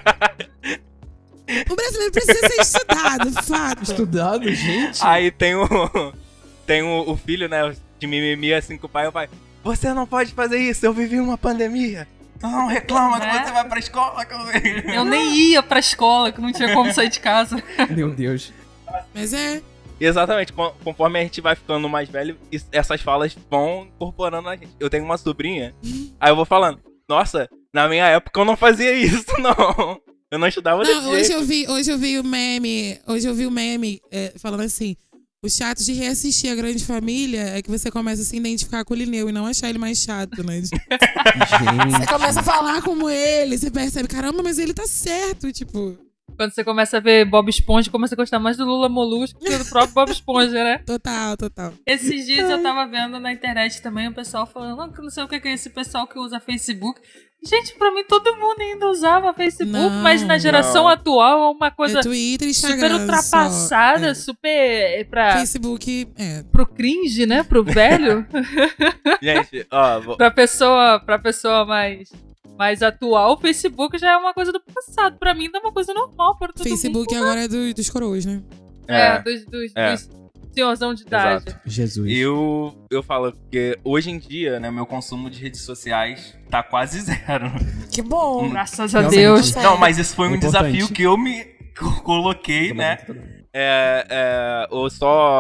O brasileiro precisa ser estudado, fato. Estudado, gente? Aí tem o tem o, o filho, né, de mimimi assim com o pai, o pai, você não pode fazer isso, eu vivi uma pandemia. Não reclama É. que você vai pra escola. Que eu... Eu nem ia pra escola, que não tinha como sair de casa. Meu Deus. Mas é. Exatamente, con- conforme a gente vai ficando mais velho, is- essas falas vão incorporando a gente. Eu tenho uma sobrinha, aí eu vou falando, nossa, na minha época eu não fazia isso, não. Eu não estudava desse Não, hoje jeito. eu vi, hoje eu vi o meme. Hoje eu vi o meme é, falando assim. O chato de reassistir a Grande Família é que você começa a se identificar com o Lineu e não achar ele mais chato, né? Você Gente. começa a falar como ele, você percebe, caramba, mas ele tá certo, tipo. Quando você começa a ver Bob Esponja, começa a gostar mais do Lula Molusco que do próprio Bob Esponja, né? Total, total. Esses dias eu tava vendo na internet também o pessoal falando, não, que não sei o que é esse pessoal que usa Facebook. Gente, pra mim todo mundo ainda usava Facebook, Não, mas na geração não. atual é uma coisa É Twitter e Instagram. super ultrapassada, só. É. super pra, Facebook, é. pro cringe, né? Pro velho. Gente, ó, vou... pra pessoa, pra pessoa mais, mais atual, o Facebook já é uma coisa do passado. Pra mim ainda é uma coisa normal para todo Facebook mundo. agora é do- dos coroas, né? É, é, dos, dos, é. dos senhorzão de idade. Exato. Jesus. Eu, eu falo que hoje em dia, né, meu consumo de redes sociais tá quase zero. Que bom. Hum. Graças a Realmente. Deus. Não, mas isso foi um Importante. desafio que eu me coloquei, né? É, é, eu só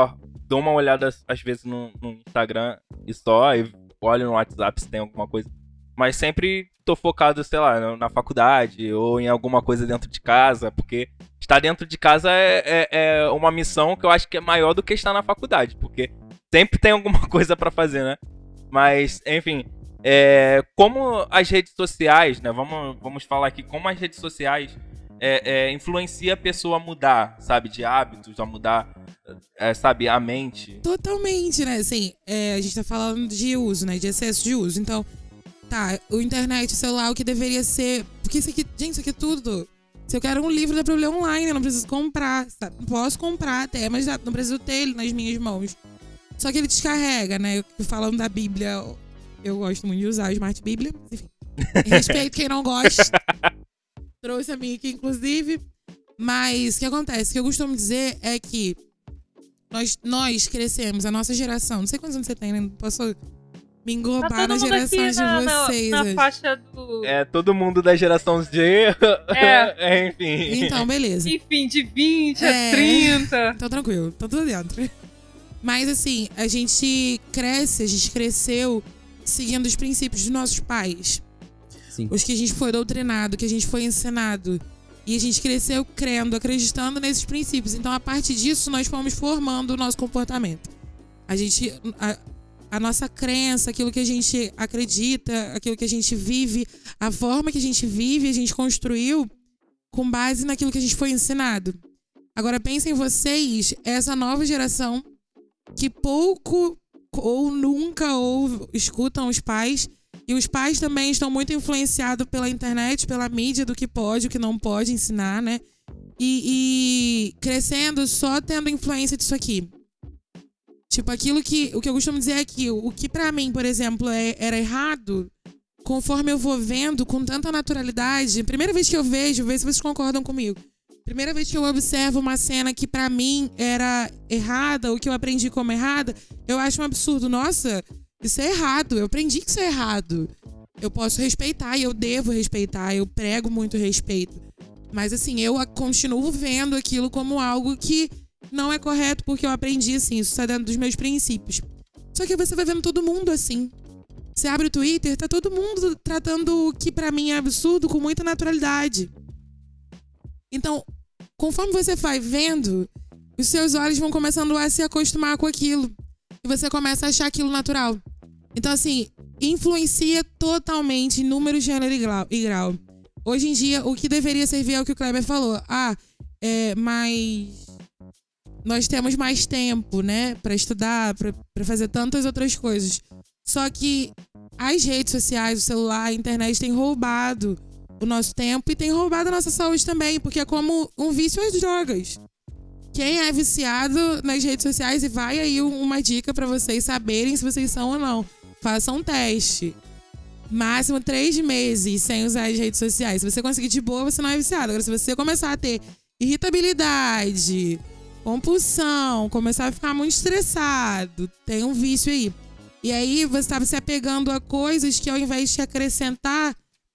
dou uma olhada às vezes no, no Instagram e só, e olho no WhatsApp se tem alguma coisa. Mas sempre tô focado, sei lá, na, na faculdade ou em alguma coisa dentro de casa, porque estar dentro de casa é, é, é uma missão que eu acho que é maior do que estar na faculdade, porque sempre tem alguma coisa pra fazer, né? Mas, enfim, é, como as redes sociais, né? Vamos, vamos falar aqui como as redes sociais é, é, influencia a pessoa a mudar, sabe? De hábitos, a mudar, é, sabe? A mente. Totalmente, né? Assim, é, a gente tá falando de uso, né? De excesso de uso. Então, tá, o internet, o celular, o que deveria ser... Porque isso aqui, gente, isso aqui é tudo. Se eu quero um livro, dá pra eu ler online, eu não preciso comprar. Tá? Posso comprar até, mas não preciso ter ele nas minhas mãos. Só que ele descarrega, né? Falando da Bíblia, eu gosto muito de usar a Smart Bíblia. Enfim, respeito quem não gosta. Trouxe a minha aqui, inclusive. Mas o que acontece? O que eu costumo dizer é que nós, nós crescemos, a nossa geração... Não sei quantos anos você tem, né? Não posso me englobar tá nas gerações na, de vocês. Na, na faixa do... É, todo mundo da geração Z. É. Enfim. Então, beleza. Enfim, de vinte É. a trinta. Então, tranquilo. Tá tudo dentro. Mas, assim, a gente cresce, a gente cresceu seguindo os princípios dos nossos pais. Sim. Os que a gente foi doutrinado, que a gente foi ensinado. E a gente cresceu crendo, acreditando nesses princípios. Então, a partir disso, nós fomos formando o nosso comportamento. A gente... A, a nossa crença, aquilo que a gente acredita, aquilo que a gente vive, a forma que a gente vive, a gente construiu com base naquilo que a gente foi ensinado. Agora, pensem vocês, essa nova geração que pouco ou nunca ou escutam os pais, e os pais também estão muito influenciados pela internet, pela mídia, do que pode, o que não pode ensinar, né? E, e crescendo só tendo influência disso aqui. Tipo, aquilo que... O que eu costumo dizer é que o que pra mim, por exemplo, é, era errado, conforme eu vou vendo com tanta naturalidade... Primeira vez que eu vejo, vê se vocês concordam comigo. Primeira vez que eu observo uma cena que pra mim era errada, ou que eu aprendi como errada, eu acho um absurdo. Nossa, isso é errado. Eu aprendi que isso é errado. Eu posso respeitar e eu devo respeitar. Eu prego muito respeito. Mas assim, eu continuo vendo aquilo como algo que... não é correto porque eu aprendi assim, isso está dentro dos meus princípios. Só que você vai vendo todo mundo assim. Você abre o Twitter, tá todo mundo tratando o que pra mim é absurdo com muita naturalidade. Então, conforme você vai vendo, os seus olhos vão começando a se acostumar com aquilo. E você começa a achar aquilo natural. Então, assim, influencia totalmente em número, gênero e grau. E grau. Hoje em dia, o que deveria servir é o que o Kleber falou. Ah, é, mas... nós temos mais tempo, né, pra estudar, pra, pra fazer tantas outras coisas. Só que as redes sociais, o celular, a internet tem roubado o nosso tempo e tem roubado a nossa saúde também, porque é como um vício às drogas. Quem é viciado nas redes sociais, e vai aí uma dica pra vocês saberem se vocês são ou não. Façam um teste. Máximo três meses sem usar as redes sociais. Se você conseguir de boa, você não é viciado. Agora, se você começar a ter irritabilidade... compulsão, começar a ficar muito estressado, tem um vício aí. E aí você estava se apegando a coisas que ao invés de te acrescentar,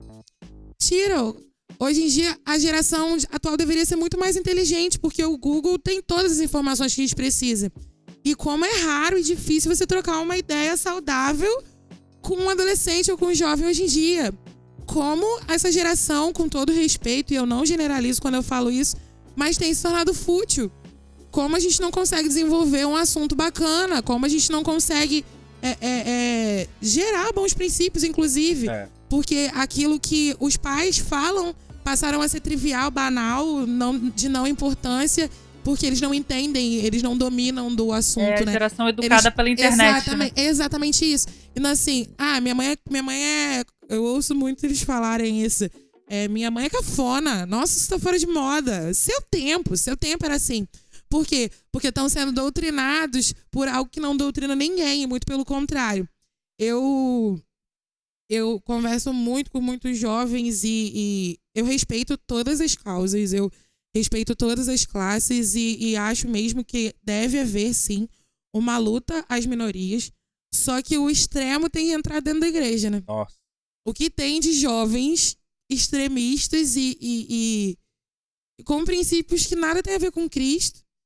tiram. Hoje em dia, a geração atual deveria ser muito mais inteligente, porque o Google tem todas as informações que a gente precisa. E como é raro e difícil você trocar uma ideia saudável com um adolescente ou com um jovem hoje em dia. Como essa geração, com todo respeito, e eu não generalizo quando eu falo isso, mas tem se tornado fútil. Como a gente não consegue desenvolver um assunto bacana, como a gente não consegue é, é, é, gerar bons princípios, inclusive. É. Porque aquilo que os pais falam passaram a ser trivial, banal, não, de não importância, porque eles não entendem, eles não dominam do assunto, é, a né? geração educada eles, pela internet, exatamente, né? Exatamente isso. Então, assim, ah, minha mãe é... Minha mãe é eu ouço muito eles falarem isso. É, minha mãe é cafona. Nossa, isso tá fora de moda. Seu tempo, seu tempo era assim. Por quê? Porque estão sendo doutrinados por algo que não doutrina ninguém, muito pelo contrário. Eu, eu converso muito com muitos jovens e, e eu respeito todas as causas, eu respeito todas as classes e, e acho mesmo que deve haver, sim, uma luta às minorias, só que o extremo tem que entrar dentro da igreja, né? Nossa. O que tem de jovens extremistas e, e, e com princípios que nada tem a ver com Cristo,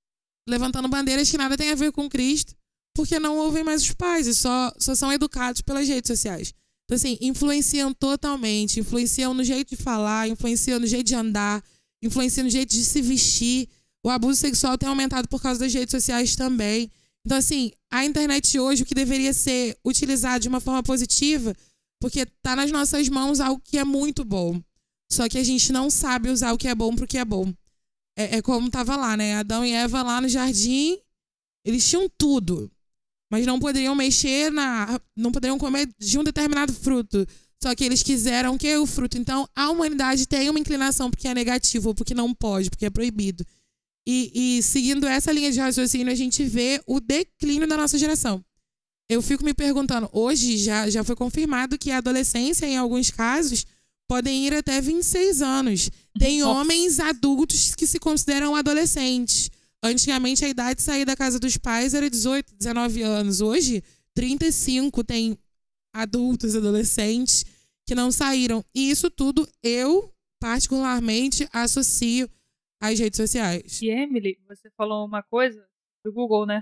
levantando bandeiras que nada tem a ver com Cristo, porque não ouvem mais os pais e só, só são educados pelas redes sociais. Então, assim, influenciam totalmente, influenciam no jeito de falar, influenciam no jeito de andar, influenciam no jeito de se vestir. O abuso sexual tem aumentado por causa das redes sociais também. Então, assim, a internet hoje, o que deveria ser utilizado de uma forma positiva, porque tá nas nossas mãos algo que é muito bom. Só que a gente não sabe usar o que é bom pro que é bom. É, é como tava lá, né? Adão e Eva lá no jardim, eles tinham tudo. Mas não poderiam mexer na... Não poderiam comer de um determinado fruto. Só que eles quiseram o que é o fruto. Então, a humanidade tem uma inclinação porque é negativo, ou porque não pode, porque é proibido. E, e seguindo essa linha de raciocínio, a gente vê o declínio da nossa geração. Eu fico me perguntando, hoje já, já foi confirmado que a adolescência, em alguns casos, podem ir até vinte e seis anos. Tem Nossa. homens adultos que se consideram adolescentes. Antigamente, a idade de sair da casa dos pais era dezoito, dezenove anos. Hoje, trinta e cinco, tem adultos, adolescentes que não saíram. E isso tudo, eu, particularmente, associo às redes sociais. E Emily, você falou uma coisa do Google, né?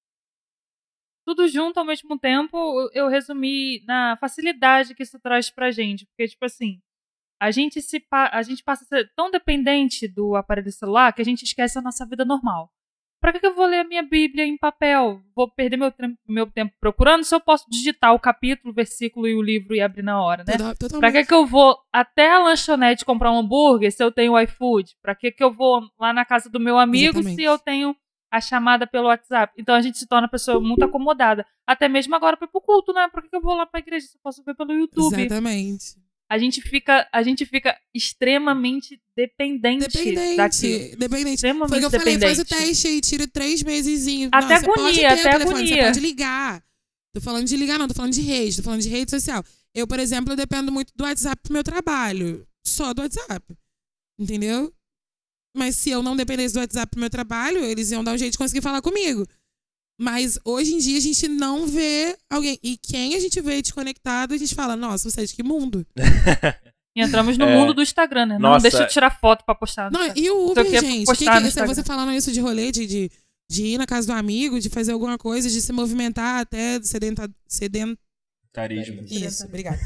Tudo junto ao mesmo tempo, eu- eu resumi na facilidade que isso traz pra gente. Porque, tipo assim, a gente, se pa- a gente passa a ser tão dependente do aparelho celular que a gente esquece a nossa vida normal. Pra que que eu vou ler a minha Bíblia em papel? Vou perder meu, trem- meu tempo procurando se eu posso digitar o capítulo, o versículo e o livro e abrir na hora, né? Toda- Pra Totalmente. que que eu vou até a lanchonete comprar um hambúrguer se eu tenho o iFood? Pra que que eu vou lá na casa do meu amigo Exatamente. se eu tenho a chamada pelo WhatsApp? Então a gente se torna uma pessoa muito acomodada. Até mesmo agora pra ir pro culto, né? Por que que eu vou lá pra igreja se eu posso ver pelo YouTube? Exatamente. A gente fica, a gente fica extremamente dependente, daquilo. Dependente. Dependente. Extremamente Foi o que eu falei, faz o dependente. teste aí, tira três mesezinhos. Até Não, você pode agonia, ter até o telefone, agonia. Você pode ligar. Tô falando de ligar, não, tô falando de rede, tô falando de rede social. Eu, por exemplo, eu dependo muito do WhatsApp pro meu trabalho. Só do WhatsApp. Entendeu? Mas se eu não dependesse do WhatsApp pro meu trabalho, eles iam dar um jeito de conseguir falar comigo. Mas hoje em dia a gente não vê alguém. E quem a gente vê desconectado, a gente fala, nossa, você é de que mundo? E entramos no É. mundo do Instagram, né? Não Nossa. deixa eu tirar foto pra postar. no Não, Instagram. e o Então, Uber, eu quero gente? postar Que que, no você, Instagram. você falando isso de rolê, de, de, de ir na casa do amigo, de fazer alguma coisa, de se movimentar até sedenta, sedenta, Carisma. Isso, obrigada.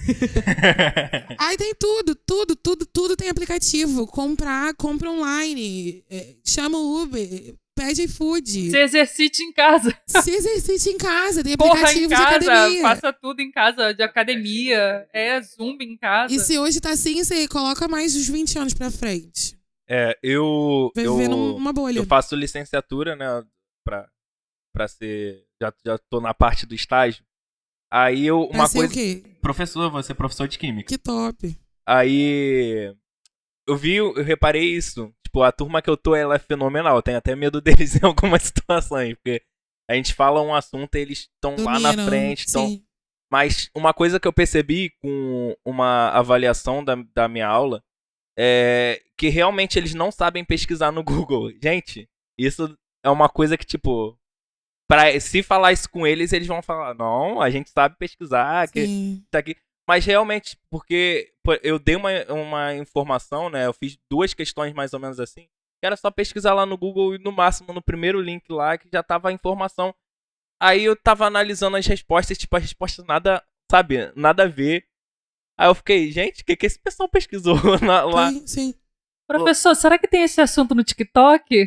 Aí tem tudo, tudo, tudo, tudo tem aplicativo. Comprar, compra online, é, chama o Uber, pede iFood. Se exercite em casa. Se exercite em casa, tem Corra aplicativo em de casa, academia. faça tudo em casa, de academia, é Zumba em casa. E se hoje tá assim, você coloca mais uns vinte anos pra frente. É, eu. Vai eu... viver numa bolha. Eu faço licenciatura, né, pra, pra ser... Já, já tô na parte do estágio. Aí eu, Pra uma ser coisa... o quê? Professor, você é professor de química. Que top. Aí eu vi, eu reparei isso. Tipo, a turma que eu tô, ela é fenomenal. Eu tenho até medo deles em algumas situações, porque a gente fala um assunto e eles estão lá na Dominam, frente, estão... sim. Mas uma coisa que eu percebi com uma avaliação da, da minha aula é que realmente eles não sabem pesquisar no Google. Gente, isso é uma coisa que, tipo, pra, se falar isso com eles, eles vão falar, não, a gente sabe pesquisar, que Sim. tá aqui. Mas realmente, porque pô, eu dei uma, uma informação, né? Eu fiz duas questões mais ou menos assim. Que era só pesquisar lá no Google e no máximo no primeiro link lá que já tava a informação. Aí eu tava analisando as respostas, tipo, as respostas nada, sabe, nada a ver. Aí eu fiquei, gente, o que, que esse pessoal pesquisou na- lá? Sim, sim. Professor, será que tem esse assunto no TikTok?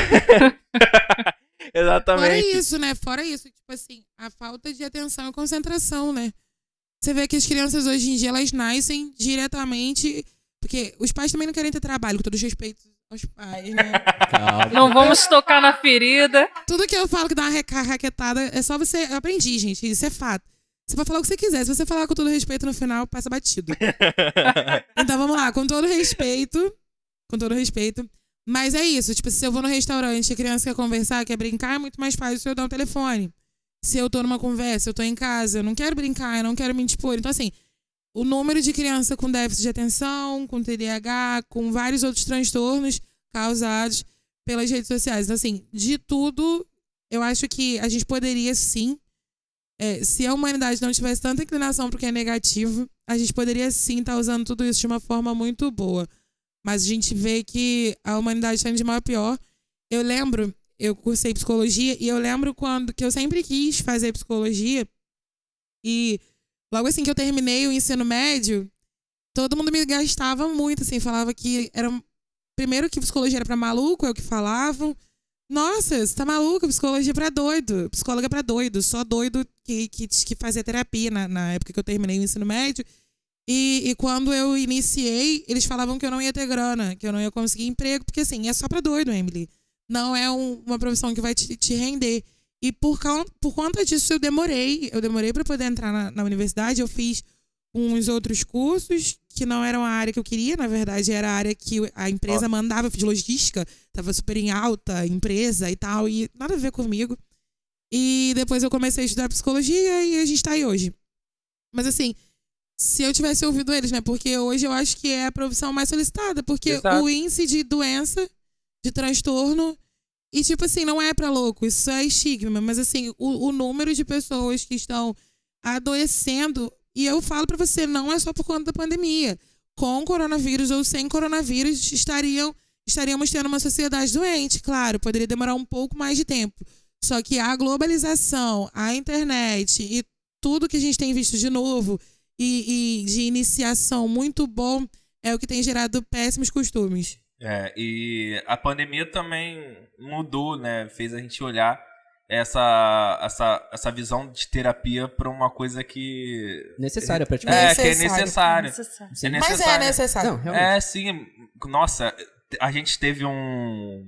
Fora Exatamente. isso, né? Fora isso, tipo assim, a falta de atenção e concentração, né? Você vê que as crianças hoje em dia, elas nascem diretamente... Porque os pais também não querem ter trabalho, com todo respeito aos pais, né? Calma. Não vamos tocar na ferida. Tudo que eu falo que dá uma reca- raquetada é só você... Eu aprendi, gente, isso é fato. Você pode falar o que você quiser. Se você falar com todo respeito no final, passa batido. Então vamos lá, com todo respeito. Com todo respeito. Mas é isso, tipo, se eu vou no restaurante e a criança quer conversar, quer brincar, é muito mais fácil se eu dar um telefone. Se eu tô numa conversa, eu tô em casa, eu não quero brincar, eu não quero me indispor. Então, assim, o número de criança com déficit de atenção, com T D A H, com vários outros transtornos causados pelas redes sociais. Então, assim, de tudo, eu acho que a gente poderia sim, é, se a humanidade não tivesse tanta inclinação pro que é negativo, a gente poderia sim estar usando tudo isso de uma forma muito boa. Mas a gente vê que a humanidade está indo de mal a pior. Eu lembro, eu cursei psicologia e eu lembro quando que eu sempre quis fazer psicologia e logo assim que eu terminei o ensino médio, todo mundo me gastava muito, assim, falava que era... Primeiro que psicologia era pra maluco, é o que falavam. Nossa, você tá maluco, psicologia é pra doido, psicóloga é pra doido, só doido que, que, que fazia terapia na, na época que eu terminei o ensino médio. E, e quando eu iniciei, eles falavam que eu não ia ter grana, que eu não ia conseguir emprego, porque assim, é só pra doido, Emily. Não é um, uma profissão que vai te, te render. E por, por conta disso eu demorei, eu demorei pra poder entrar na, na universidade, eu fiz uns outros cursos que não eram a área que eu queria, na verdade era a área que a empresa mandava, eu fiz logística, tava super em alta, empresa e tal, e nada a ver comigo. E depois eu comecei a estudar psicologia e a gente tá aí hoje. Mas assim, se eu tivesse ouvido eles, né, porque hoje eu acho que é a profissão mais solicitada, porque Exato. O índice de doença, de transtorno, e tipo assim, não é pra louco, isso é estigma, mas assim, o, o número de pessoas que estão adoecendo. E eu falo pra você, não é só por conta da pandemia. Com coronavírus ou sem coronavírus, estariam, estaríamos tendo uma sociedade doente, claro. Poderia demorar um pouco mais de tempo. Só que a globalização, a internet e tudo que a gente tem visto de novo e, e de iniciação muito bom é o que tem gerado péssimos costumes. É, e a pandemia também mudou, né? Fez a gente olhar essa, essa, essa visão de terapia para uma coisa que... Necessária, praticamente. É, Necessário. que é necessário. É necessário. É Mas é necessário. necessário. Não, realmente. É, sim. Nossa, a gente teve um...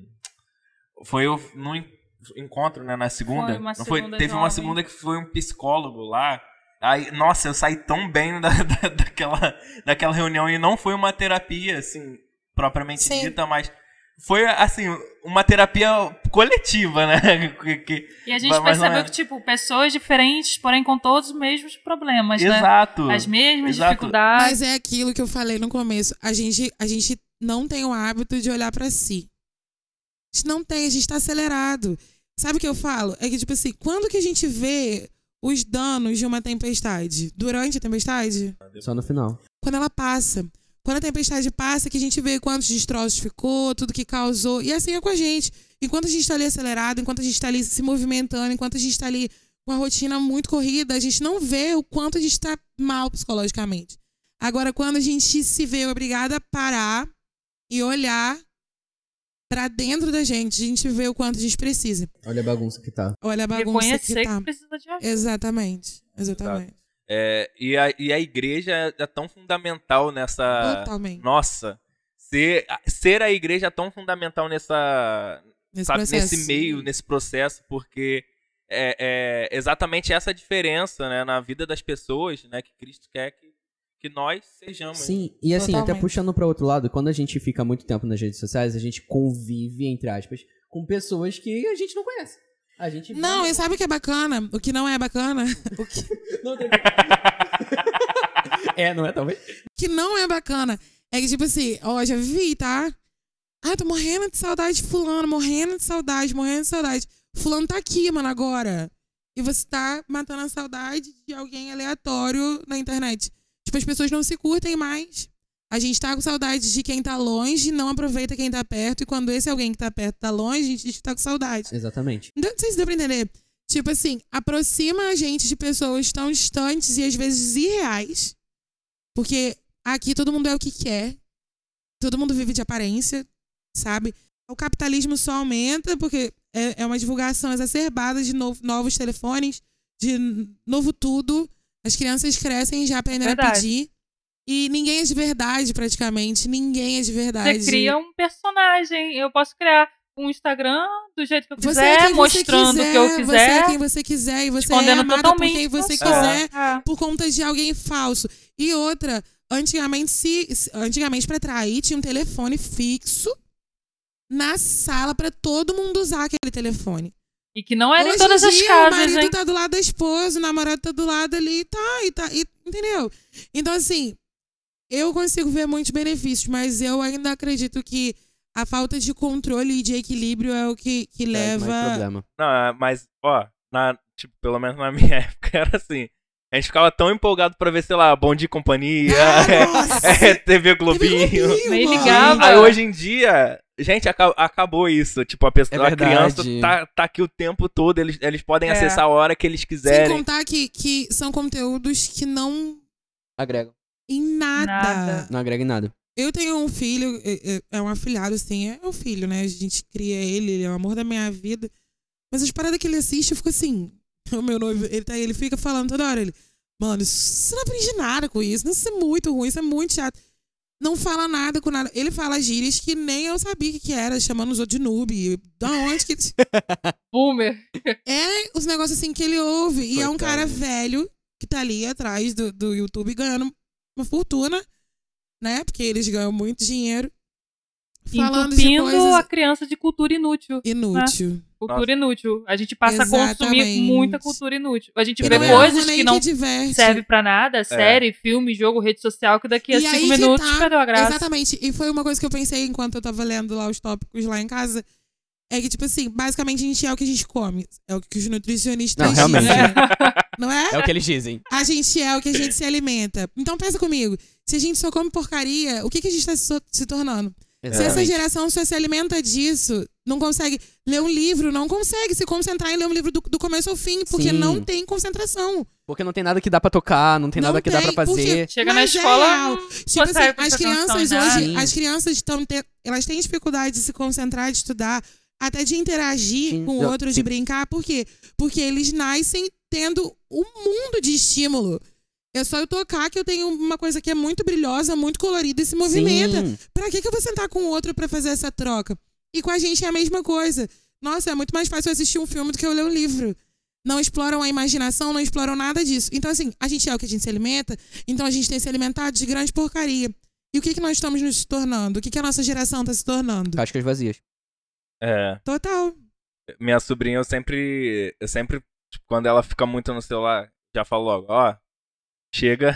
Foi o- no en- encontro, né, na segunda. Foi uma Não foi? segunda Teve uma jovem. segunda que foi um psicólogo lá. Aí, nossa, eu saí tão bem da, da- daquela, daquela reunião e não foi uma terapia, assim, propriamente Sim. dita, mas foi, assim, uma terapia coletiva, né? Que- que- E a gente mas não percebeu é. que, tipo, pessoas diferentes, porém com todos os mesmos problemas, né? Exato. As mesmas Exato. dificuldades. Mas é aquilo que eu falei no começo. A gente, a gente não tem o hábito de olhar pra si. A gente não tem, a gente tá acelerado. Sabe o que eu falo? É que, tipo assim, quando que a gente vê os danos de uma tempestade? Durante a tempestade? Só no final. Quando ela passa. Quando a tempestade passa, que a gente vê quantos destroços ficou, tudo que causou. E assim é com a gente. Enquanto a gente tá ali acelerado, enquanto a gente tá ali se movimentando, enquanto a gente tá ali com a rotina muito corrida, a gente não vê o quanto a gente tá mal psicologicamente. Agora, quando a gente se vê obrigada a parar e olhar pra dentro da gente, a gente vê o quanto a gente precisa. Olha a bagunça que tá. Olha a bagunça Reconhecer que que, tá. precisa de ajuda. Exatamente. Exatamente. É, e, a, e a igreja é tão fundamental nessa... Totalmente. Nossa, ser, ser a igreja é tão fundamental nessa, Nesse sabe, processo. nesse meio, nesse processo, porque é, é exatamente essa diferença, né, na vida das pessoas, né, que Cristo quer que, que nós sejamos. Sim, e assim, até Totalmente. puxando pra outro lado, quando a gente fica muito tempo nas redes sociais, a gente convive, entre aspas, com pessoas que a gente não conhece. A gente Não, vê- e sabe o que é bacana? O que não é bacana? O que, Não tem- É, não é, talvez? que não é bacana é que, tipo assim, ó, já vi, tá? Ah, tô morrendo de saudade de fulano, morrendo de saudade, morrendo de saudade. Fulano tá aqui, mano, agora. E você tá matando a saudade de alguém aleatório na internet. Tipo, as pessoas não se curtem mais. A gente tá com saudade de quem tá longe, não aproveita quem tá perto. E quando esse alguém que tá perto tá longe, a gente tá com saudade. Exatamente. Não sei se deu pra entender. Tipo assim, aproxima a gente de pessoas tão distantes e às vezes irreais. Porque aqui todo mundo é o que quer. Todo mundo vive de aparência, sabe? O capitalismo só aumenta porque é, é uma divulgação exacerbada de novo, novos telefones, de n- novo tudo. As crianças crescem e já aprendem a Verdade. pedir. E ninguém é de verdade, praticamente. Ninguém é de verdade. Você cria um personagem. Eu posso criar um Instagram do jeito que eu Você quiser, é quem você mostrando o quiser, que eu Você é quiser, quem você quiser e você é escondendo amada por totalmente quem você pessoa. quiser. É. Por conta de alguém falso. E outra, antigamente, se, se- antigamente pra trair, tinha um telefone fixo na sala pra todo mundo usar aquele telefone. E que não era Hoje em todas em as dia, o casas, marido hein? tá do lado da esposa, o namorado tá do lado ali, tá, e tá, e, entendeu? Então, assim, eu consigo ver muitos benefícios, mas eu ainda acredito que a falta de controle e de equilíbrio é o que, que Traz mais leva... problema. Não, mas, ó, na, tipo, pelo menos na minha época era assim. A gente ficava tão empolgado pra ver, sei lá, Bom Dia e Companhia, Ah, nossa! é, T V Globinho. Globinho, Nem mano. ligava. Aí hoje em dia, Gente, aca- acabou isso. Tipo, a, pessoa, É a criança verdade. tá, tá aqui o tempo todo, eles, eles podem É. acessar a hora que eles Sem quiserem. contar que, que são conteúdos que não Agrega. em nada. Nada. Não agrega em nada. Eu tenho um filho, é, é- é um afilhado, assim, é um filho, né? A gente cria ele, ele é o amor da minha vida. Mas as paradas que ele assiste, eu fico assim. O meu noivo, ele, tá, ele fica falando toda hora, ele, mano, isso, você não aprende nada com isso, isso é muito ruim, isso é muito chato. Não fala nada com nada. Ele fala gírias que nem eu sabia o que, que era, chamando os outros de noob. Da onde que. Boomer. É os negócios assim que ele ouve. E é um Coitado. cara velho que tá ali atrás do, do YouTube ganhando uma fortuna, né? Porque eles ganham muito dinheiro. Falando de Entupindo coisas a criança de cultura inútil. inútil. Cultura Nossa. inútil. A gente passa a consumir Exatamente. muita cultura inútil. A gente E vê não é coisas algo nem que não diverte. servem pra nada. Série, filme, jogo, rede social, que daqui a E cinco aí que minutos tá. perdeu a graça. Exatamente. E foi uma coisa que eu pensei enquanto eu tava lendo lá os tópicos lá em casa. É que, tipo assim, basicamente a gente é o que a gente come. É o que os nutricionistas Não, realmente. dizem. Não é? É o que eles dizem. A gente é o que a gente se alimenta. Então pensa comigo. Se a gente só come porcaria, o que, que a gente tá se, so- se tornando? Se essa Exatamente. geração só se alimenta disso, não consegue ler um livro, não consegue se concentrar em ler um livro do, do começo ao fim, porque Sim. não tem concentração. Porque não tem nada que dá pra tocar, não tem Não nada que dá tem, pra fazer. porque- Chega na Mas é escola, real. não Tipo consegue assim, as prestar crianças atenção em hoje, nada. as crianças estão te- elas têm dificuldade de se concentrar, de estudar, até de interagir Sim, com o eu- outro, de sim. brincar. Por quê? Porque eles nascem tendo um mundo de estímulo. É só eu tocar que eu tenho uma coisa que é muito brilhosa, muito colorida e se movimenta. Sim. Pra que, que eu vou sentar com o outro pra fazer essa troca? E com a gente é a mesma coisa. Nossa, é muito mais fácil eu assistir um filme do que eu ler um livro. Não exploram a imaginação, não exploram nada disso. Então, assim, a gente é o que a gente se alimenta, então a gente tem se alimentado de grande porcaria. E o que, que nós estamos nos tornando? O que, que a nossa geração tá se tornando? Cascas vazias. É. Total. Minha sobrinha, eu sempre. Eu sempre. Tipo, quando ela fica muito no celular, já falo logo, ó. Chega.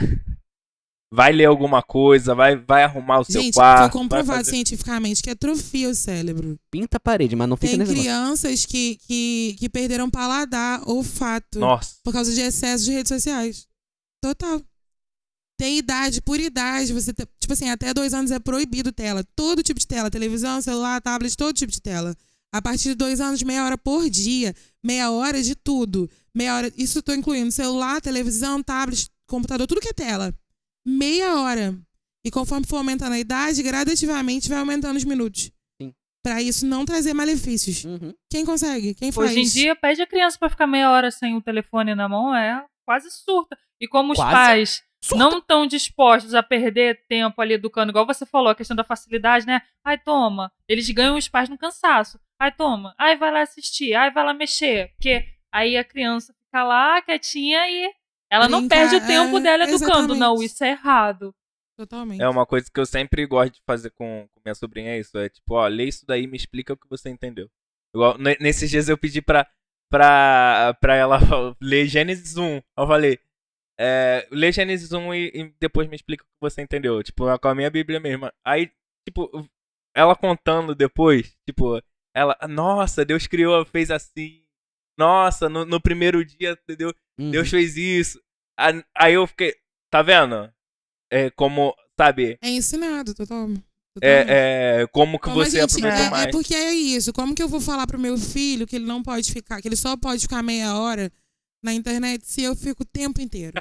Vai ler alguma coisa, vai, vai arrumar o seu Gente, quarto. foi vai comprovado fazer- cientificamente que atrofia o cérebro. Pinta a parede, mas não fica Tem nesse negócio. crianças que, que, que perderam paladar, olfato, Nossa. por causa de excesso de redes sociais. Total. Tem idade, por idade, você te- tipo assim, até dois anos é proibido tela. Todo tipo de tela, televisão, celular, tablet, todo tipo de tela. A partir de dois anos, meia hora por dia. Meia hora de tudo. Meia hora, isso eu tô incluindo celular, televisão, tablet, computador, tudo que é tela. Meia hora. E conforme for aumentando a idade, gradativamente vai aumentando os minutos. Sim. Pra isso não trazer malefícios. Uhum. Quem consegue? Quem faz? Hoje em dia, pede a criança pra ficar meia hora sem o telefone na mão, é quase surta. E como os Quase pais surta. não estão dispostos a perder tempo ali educando, igual você falou, a questão da facilidade, né? Ai, toma. Eles ganham os pais no cansaço. Ai, toma. Ai, vai lá assistir. Ai, vai lá mexer. Porque aí a criança fica lá quietinha e ela não Brincar, perde o tempo é, dela educando. Não, exatamente. isso é errado. Totalmente. É uma coisa que eu sempre gosto de fazer com, com minha sobrinha, é isso. É tipo, ó, lê isso daí e me explica o que você entendeu. Igual, ne- nesses dias eu pedi pra, pra, pra ela ler Gênesis um. Eu falei, é, lê Gênesis um e, e depois me explica o que você entendeu. Tipo, com a minha Bíblia mesmo. Aí, tipo, ela contando depois, tipo, ela, nossa, Deus criou, fez assim. Nossa, no, no primeiro dia, entendeu? Uhum. Deus fez isso. A- Aí eu fiquei, tá vendo? É como, sabe? É ensinado, total. totalmente. É, é como que Como a você gente- aproveitou é, mais. é porque é isso. Como que eu vou falar pro meu filho que ele não pode ficar, que ele só pode ficar meia hora na internet se eu fico o tempo inteiro?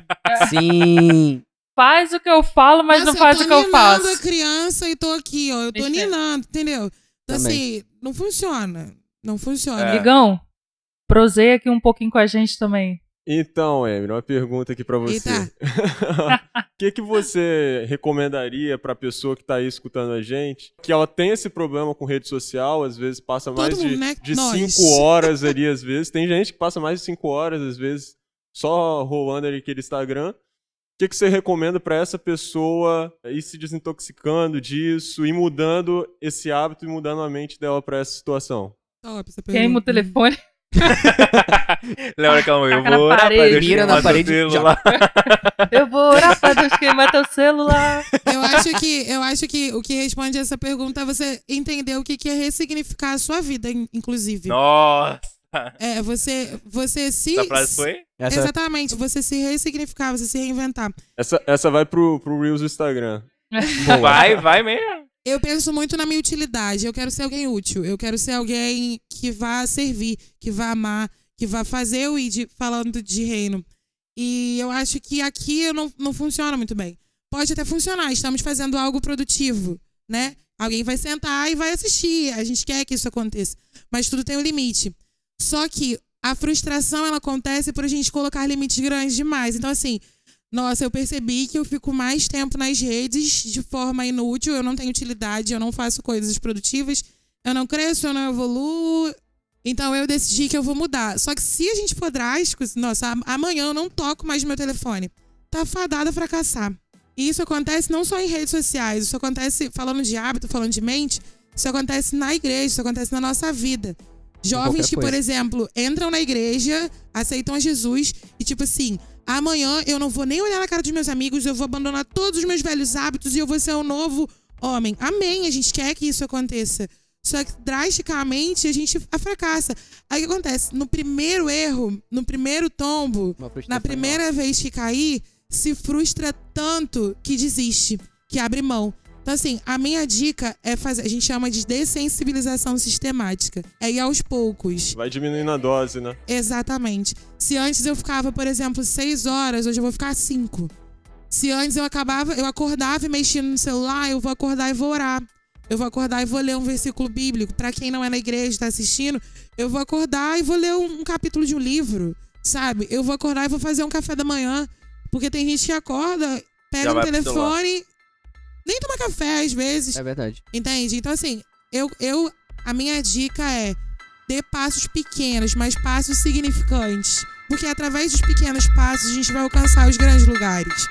Sim. Faz o que eu falo, mas Nossa, não faz eu o tô que eu ninando faço. a criança e tô aqui, ó. Eu tô Deixa- ninando, entendeu? Então, Também. assim, não funciona. Não funciona. É. Igão, proseia aqui um pouquinho com a gente também. Então, Emily, uma pergunta aqui pra você. Eita. O que, que você recomendaria pra pessoa que tá aí escutando a gente, que ela tem esse problema com rede social, às vezes passa mais Todo de, mundo, né? de Nós. cinco horas ali, às vezes. Tem gente que passa mais de cinco horas, às vezes, só rolando ali aquele Instagram. O que, que você recomenda pra essa pessoa ir se desintoxicando disso, e mudando esse hábito e mudando a mente dela pra essa situação? Top essa Queima o pergunta. telefone. Lembra que ela eu Taca vou na orar pra parede. Deus Mira na queimar teu parede, celular. Eu vou orar pra Deus queimar teu celular. Eu acho que, eu acho que o que responde essa pergunta é você entender o que que é ressignificar a sua vida, in- inclusive. Nossa. É, você, você se... Essa frase foi? Essa Exatamente, você se ressignificar, você se reinventar. Essa, essa vai pro, pro Reels do Instagram. boa. Vai, vai mesmo. Eu penso muito na minha utilidade. Eu quero ser alguém útil. Eu quero ser alguém que vá servir, que vá amar, que vá fazer o I D falando de reino. E eu acho que aqui não, não funciona muito bem. Pode até funcionar, estamos fazendo algo produtivo, né? Alguém vai sentar e vai assistir. A gente quer que isso aconteça. Mas tudo tem um limite. Só que a frustração, ela acontece por a gente colocar limites grandes demais. Então, assim... Nossa, eu percebi que eu fico mais tempo nas redes de forma inútil, eu não tenho utilidade, eu não faço coisas produtivas, eu não cresço, eu não evoluo. Então eu decidi que eu vou mudar. Só que se a gente for drástico, nossa, amanhã eu não toco mais no meu telefone. Tá fadada a fracassar. E isso acontece não só em redes sociais, isso acontece, falando de hábito, falando de mente, isso acontece na igreja, isso acontece na nossa vida. Jovens que, por exemplo, entram na igreja, aceitam a Jesus e tipo assim... Amanhã eu não vou nem olhar na cara dos meus amigos, eu vou abandonar todos os meus velhos hábitos e eu vou ser um novo homem. Amém, a gente quer que isso aconteça. Só que drasticamente a gente fracassa. Aí o que acontece? No primeiro erro, no primeiro tombo, na primeira vez que cair, se frustra tanto que desiste, que abre mão. Então, assim, a minha dica é fazer, a gente chama de dessensibilização sistemática. É ir aos poucos. Vai diminuindo a dose, né? Exatamente. Se antes eu ficava, por exemplo, seis horas, hoje eu vou ficar cinco. Se antes eu acabava, eu acordava e mexia no celular, eu vou acordar e vou orar. Eu vou acordar e vou ler um versículo bíblico. Pra quem não é na igreja, tá assistindo, eu vou acordar e vou ler um, um capítulo de um livro, sabe? Eu vou acordar e vou fazer um café da manhã. Porque tem gente que acorda, pega um telefone... Nem toma café, às vezes. É verdade. Entende? Então, assim, eu, eu, a minha dica é dê passos pequenos, mas passos significantes. Porque através dos pequenos passos, a gente vai alcançar os grandes lugares.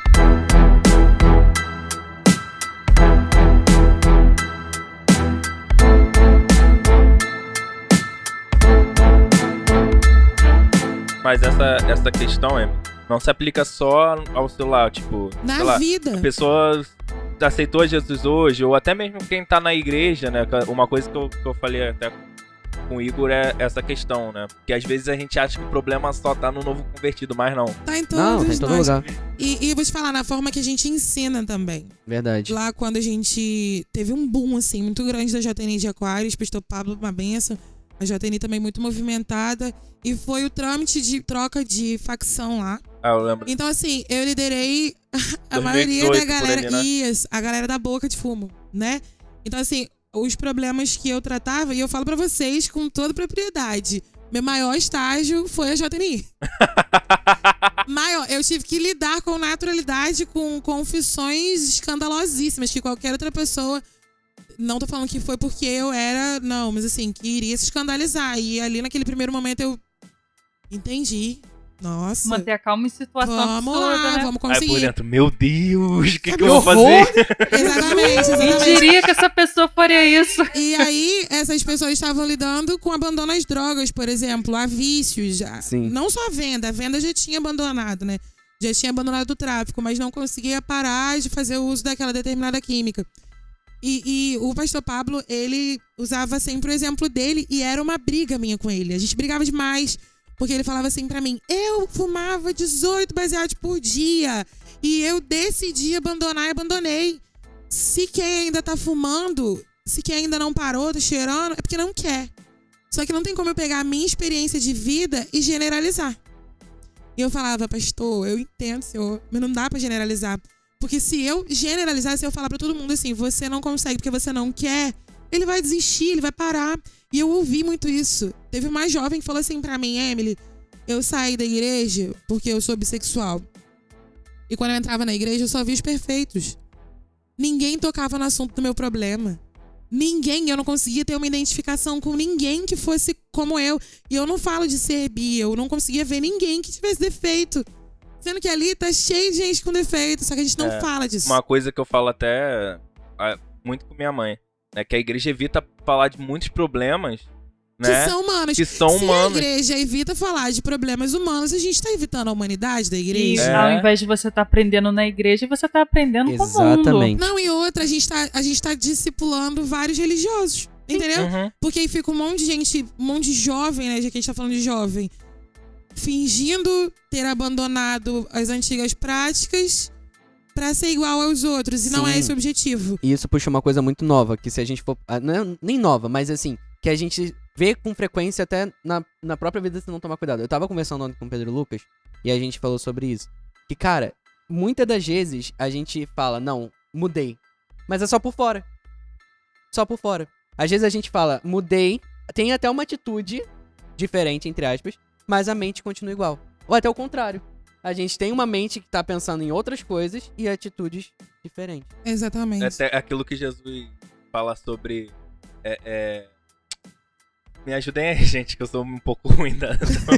Mas essa, essa questão é, não se aplica só ao celular, tipo... Na lá, vida. A pessoa aceitou Jesus hoje, ou até mesmo quem tá na igreja, né? Uma coisa que eu, que eu falei até com o Igor é essa questão, né? Porque às vezes a gente acha que o problema só tá no novo convertido, mas não. Tá em todos Não, tá em todo nós. lugar. E, e vou te falar, na forma que a gente ensina também. Verdade. Lá quando a gente teve um boom, assim, muito grande da J N I de Aquários, pastor Pablo, uma benção. A J N I também muito movimentada. E foi o trâmite de troca de facção lá. Ah, eu lembro. Então, assim, eu liderei a dois mil e maioria dezoito, da galera. por ali, né? Isso, a galera da boca de fumo, né? Então, assim, os problemas que eu tratava, e eu falo pra vocês com toda propriedade. Meu maior estágio foi a J N I. Maior, eu tive que lidar com naturalidade, com confissões escandalosíssimas que qualquer outra pessoa. Não tô falando que foi porque eu era, não, mas assim, que iria se escandalizar. E ali naquele primeiro momento eu entendi. Nossa. Manter a calma em situação Vamos absurda, lá, né? vamos Aí por conseguir. dentro, meu Deus, o que, que Que eu vou horror! fazer? Exatamente, Quem exatamente. diria que essa pessoa faria isso? E aí, essas pessoas estavam lidando com abandono às drogas, por exemplo, a vícios. Já. Sim. Não só a venda, a venda já tinha abandonado, né? Já tinha abandonado o tráfico, mas não conseguia parar de fazer o uso daquela determinada química. E, e o pastor Pablo, ele usava sempre o exemplo dele e era uma briga minha com ele. A gente brigava demais, porque ele falava assim pra mim, eu fumava dezoito baseados por dia e eu decidi abandonar e abandonei. Se quem ainda tá fumando, se quem ainda não parou, tá cheirando, é porque não quer. Só que não tem como eu pegar a minha experiência de vida e generalizar. E eu falava, pastor, eu entendo, senhor, mas não dá pra generalizar. Porque se eu generalizar, se eu falar pra todo mundo assim, você não consegue porque você não quer, ele vai desistir, ele vai parar. E eu ouvi muito isso. Teve uma jovem que falou assim pra mim, Emily, eu saí da igreja porque eu sou bissexual. E quando eu entrava na igreja, eu só via os perfeitos. Ninguém tocava no assunto do meu problema. Ninguém, eu não conseguia ter uma identificação com ninguém que fosse como eu. E eu não falo de ser bi, eu não conseguia ver ninguém que tivesse defeito. Sendo que ali tá cheio de gente com defeito, só que a gente não É, fala disso. Uma coisa que eu falo até ah, muito com minha mãe, né? Que a igreja evita falar de muitos problemas, né? Que são humanos. Que são Se humanos. a igreja evita falar de problemas humanos, a gente tá evitando a humanidade da E igreja. É. ao invés de você estar aprendendo na igreja, você tá aprendendo com o mundo. Exatamente. Não, e outra, a gente tá, a gente tá discipulando vários religiosos. Entendeu? Uhum. Porque aí fica um monte de gente, um monte de jovem, né? Já que a gente tá falando de jovem, fingindo ter abandonado as antigas práticas pra ser igual aos outros. E não é Sim. esse o objetivo. E isso puxa uma coisa muito nova, que se a gente for... ah, Não é nem nova, mas assim, que a gente vê com frequência até na, na própria vida se não tomar cuidado. Eu tava conversando ontem com o Pedro Lucas e a gente falou sobre isso. Que, cara, muitas das vezes a gente fala, não, mudei. Mas é só por fora. Só por fora. Às vezes a gente fala, mudei, tem até uma atitude diferente, entre aspas, mas a mente continua igual. Ou até o contrário. A gente tem uma mente que tá pensando em outras coisas e atitudes diferentes. Exatamente. É até aquilo que Jesus fala sobre. É, é... Me ajudem aí, gente, que eu sou um pouco ruim da.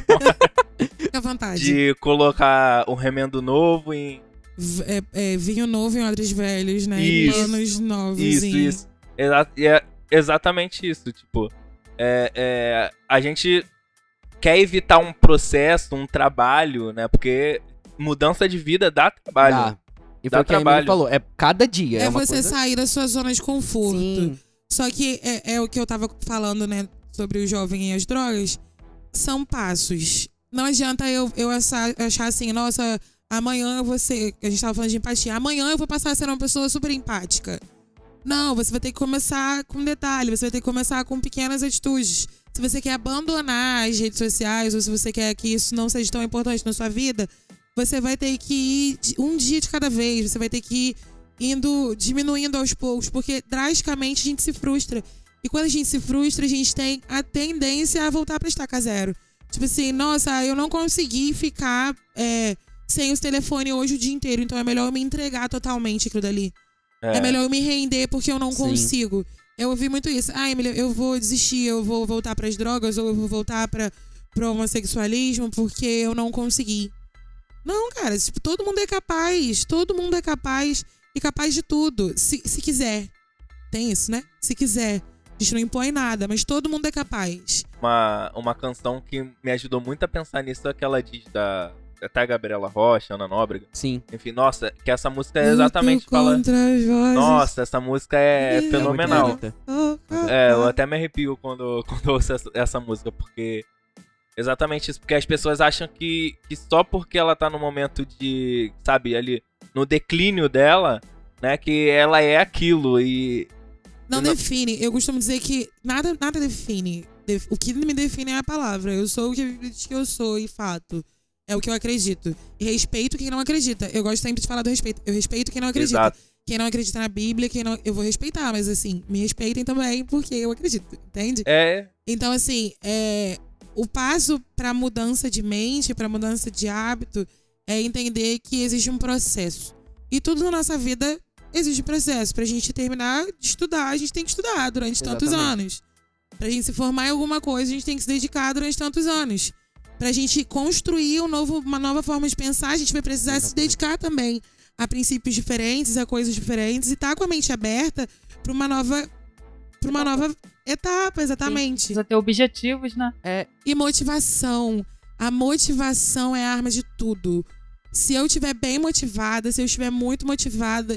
Fica à vontade. De colocar um remendo novo em. V- É, é, vinho novo em odres velhos, né? Isso. E panos novos. Isso, em- isso. Exa é exatamente isso. Tipo, é, é, a gente quer evitar um processo, um trabalho, né? Porque mudança de vida dá trabalho. Dá. E Dá foi o que a Emily trabalho. falou, é cada dia. É, É, uma você coisa... sair da sua zona de conforto. Sim. Só que é, é o que eu tava falando, né? Sobre o jovem e as drogas. São passos. Não adianta eu, eu achar, achar assim, nossa, amanhã eu vou ser. A gente tava falando de empatia. Amanhã eu vou passar a ser uma pessoa super empática. Não, você vai ter que começar com detalhe. Você vai ter que começar com pequenas atitudes. Se você quer abandonar as redes sociais, ou se você quer que isso não seja tão importante na sua vida, você vai ter que ir de- um dia de cada vez. Você vai ter que ir indo, diminuindo aos poucos, porque drasticamente a gente se frustra. E quando a gente se frustra, a gente tem a tendência a voltar pra estaca zero. Tipo assim, nossa, eu não consegui ficar é, sem o telefone hoje o dia inteiro, então é melhor eu me entregar totalmente aquilo dali. É, melhor eu me render porque eu não Sim. consigo. Eu ouvi muito isso. Ah, Emily, eu vou desistir, eu vou voltar pras drogas, ou eu vou voltar pra, pro homossexualismo porque eu não consegui. Não, cara, tipo, todo mundo é capaz. Todo mundo é capaz e capaz de tudo. Se, se quiser. Tem isso, né? Se quiser. A gente não impõe nada, mas todo mundo é capaz. Uma, uma canção que me ajudou muito a pensar nisso é que ela diz da. Até a Gabriela Rocha, Ana Nóbrega. Sim. Enfim, nossa, que essa música é exatamente Luto fala. contra as vozes. Nossa, essa música é É fenomenal. muito bonita. É, eu até me arrepio quando, quando eu ouço essa, essa música, porque. Exatamente isso, porque as pessoas acham que, que só porque ela tá no momento de. Sabe, ali, no declínio dela, né, que ela é aquilo e. Não, Não. define. Eu costumo dizer que nada, nada define. Def- O que me define é a palavra. Eu sou o que a Bíblia diz que eu sou, e fato. É o que eu acredito. E respeito quem não acredita. Eu gosto sempre de falar do respeito. Eu respeito quem não acredita. Exato. Quem não acredita na Bíblia, quem não... eu vou respeitar, mas assim, me respeitem também porque eu acredito, entende? É. Então, assim, é, o passo pra mudança de mente, pra mudança de hábito, é entender que existe um processo. E tudo na nossa vida existe processo. Pra gente terminar de estudar, a gente tem que estudar durante tantos Exatamente. anos. Pra gente se formar em alguma coisa, a gente tem que se dedicar durante tantos anos. Pra gente construir um novo, uma nova forma de pensar, a gente vai precisar se dedicar também a princípios diferentes, a coisas diferentes, e tá com a mente aberta pra uma nova, pra uma nova etapa, exatamente. Precisa ter objetivos, né? É, E motivação. A motivação é a arma de tudo. Se eu estiver bem motivada, se eu estiver muito motivada,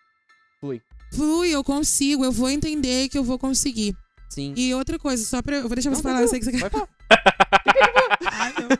flui. flui, eu consigo, eu vou entender que eu vou conseguir. Sim. E outra coisa, só pra. Eu vou deixar Não, você tá falar, eu bom. sei que você quer. Vai falar. Ai, não.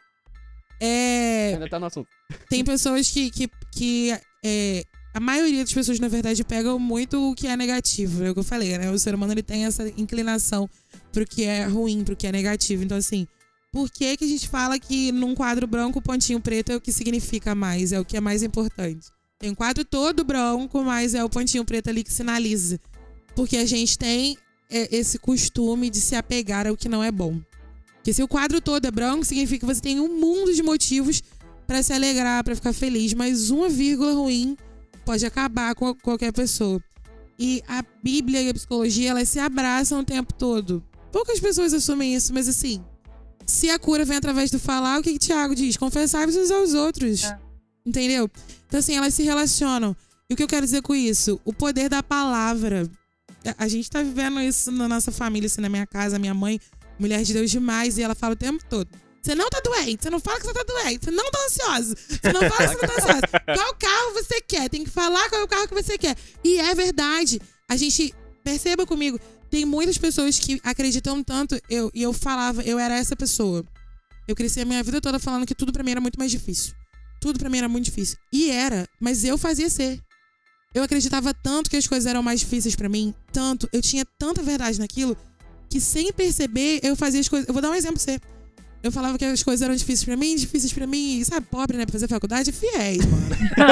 É. Ainda tá no assunto. Tem pessoas que. que, que é, a maioria das pessoas, na verdade, pegam muito o que é negativo. É o que eu falei, né? O ser humano ele tem essa inclinação pro que é ruim, pro que é negativo. Então, assim, por que, que a gente fala que num quadro branco o pontinho preto é o que significa mais? É o que é mais importante. Tem um quadro todo branco, mas é o pontinho preto ali que sinaliza. Porque a gente tem é, esse costume de se apegar ao que não é bom. Porque se o quadro todo é branco, significa que você tem um mundo de motivos pra se alegrar, pra ficar feliz, mas uma vírgula ruim pode acabar com qualquer pessoa. E a Bíblia e a psicologia, elas se abraçam o tempo todo. Poucas pessoas assumem isso, mas assim, se a cura vem através do falar, o que que Tiago diz? Confessai-vos uns aos outros. É. Entendeu? Então assim, elas se relacionam. E o que eu quero dizer com isso? O poder da palavra. A- A gente tá vivendo isso na nossa família, assim, na minha casa, minha mãe, mulher de Deus demais, e ela fala o tempo todo. Você não tá doente, você não fala que você tá doente, você não tá ansiosa, você não fala que você não tá ansiosa. Qual carro você quer? Tem que falar qual é o carro que você quer. E é verdade. A gente, perceba comigo, tem muitas pessoas que acreditam tanto, eu, e eu falava, eu era essa pessoa. Eu cresci a minha vida toda falando que tudo pra mim era muito mais difícil. Tudo pra mim era muito difícil. E era, mas eu fazia ser. Eu acreditava tanto que as coisas eram mais difíceis pra mim, tanto, eu tinha tanta verdade naquilo, que sem perceber, eu fazia as coisas... Eu vou dar um exemplo pra você. Eu falava que as coisas eram difíceis pra mim, difíceis pra mim, sabe, pobre, né, pra fazer faculdade, fiéis, mano.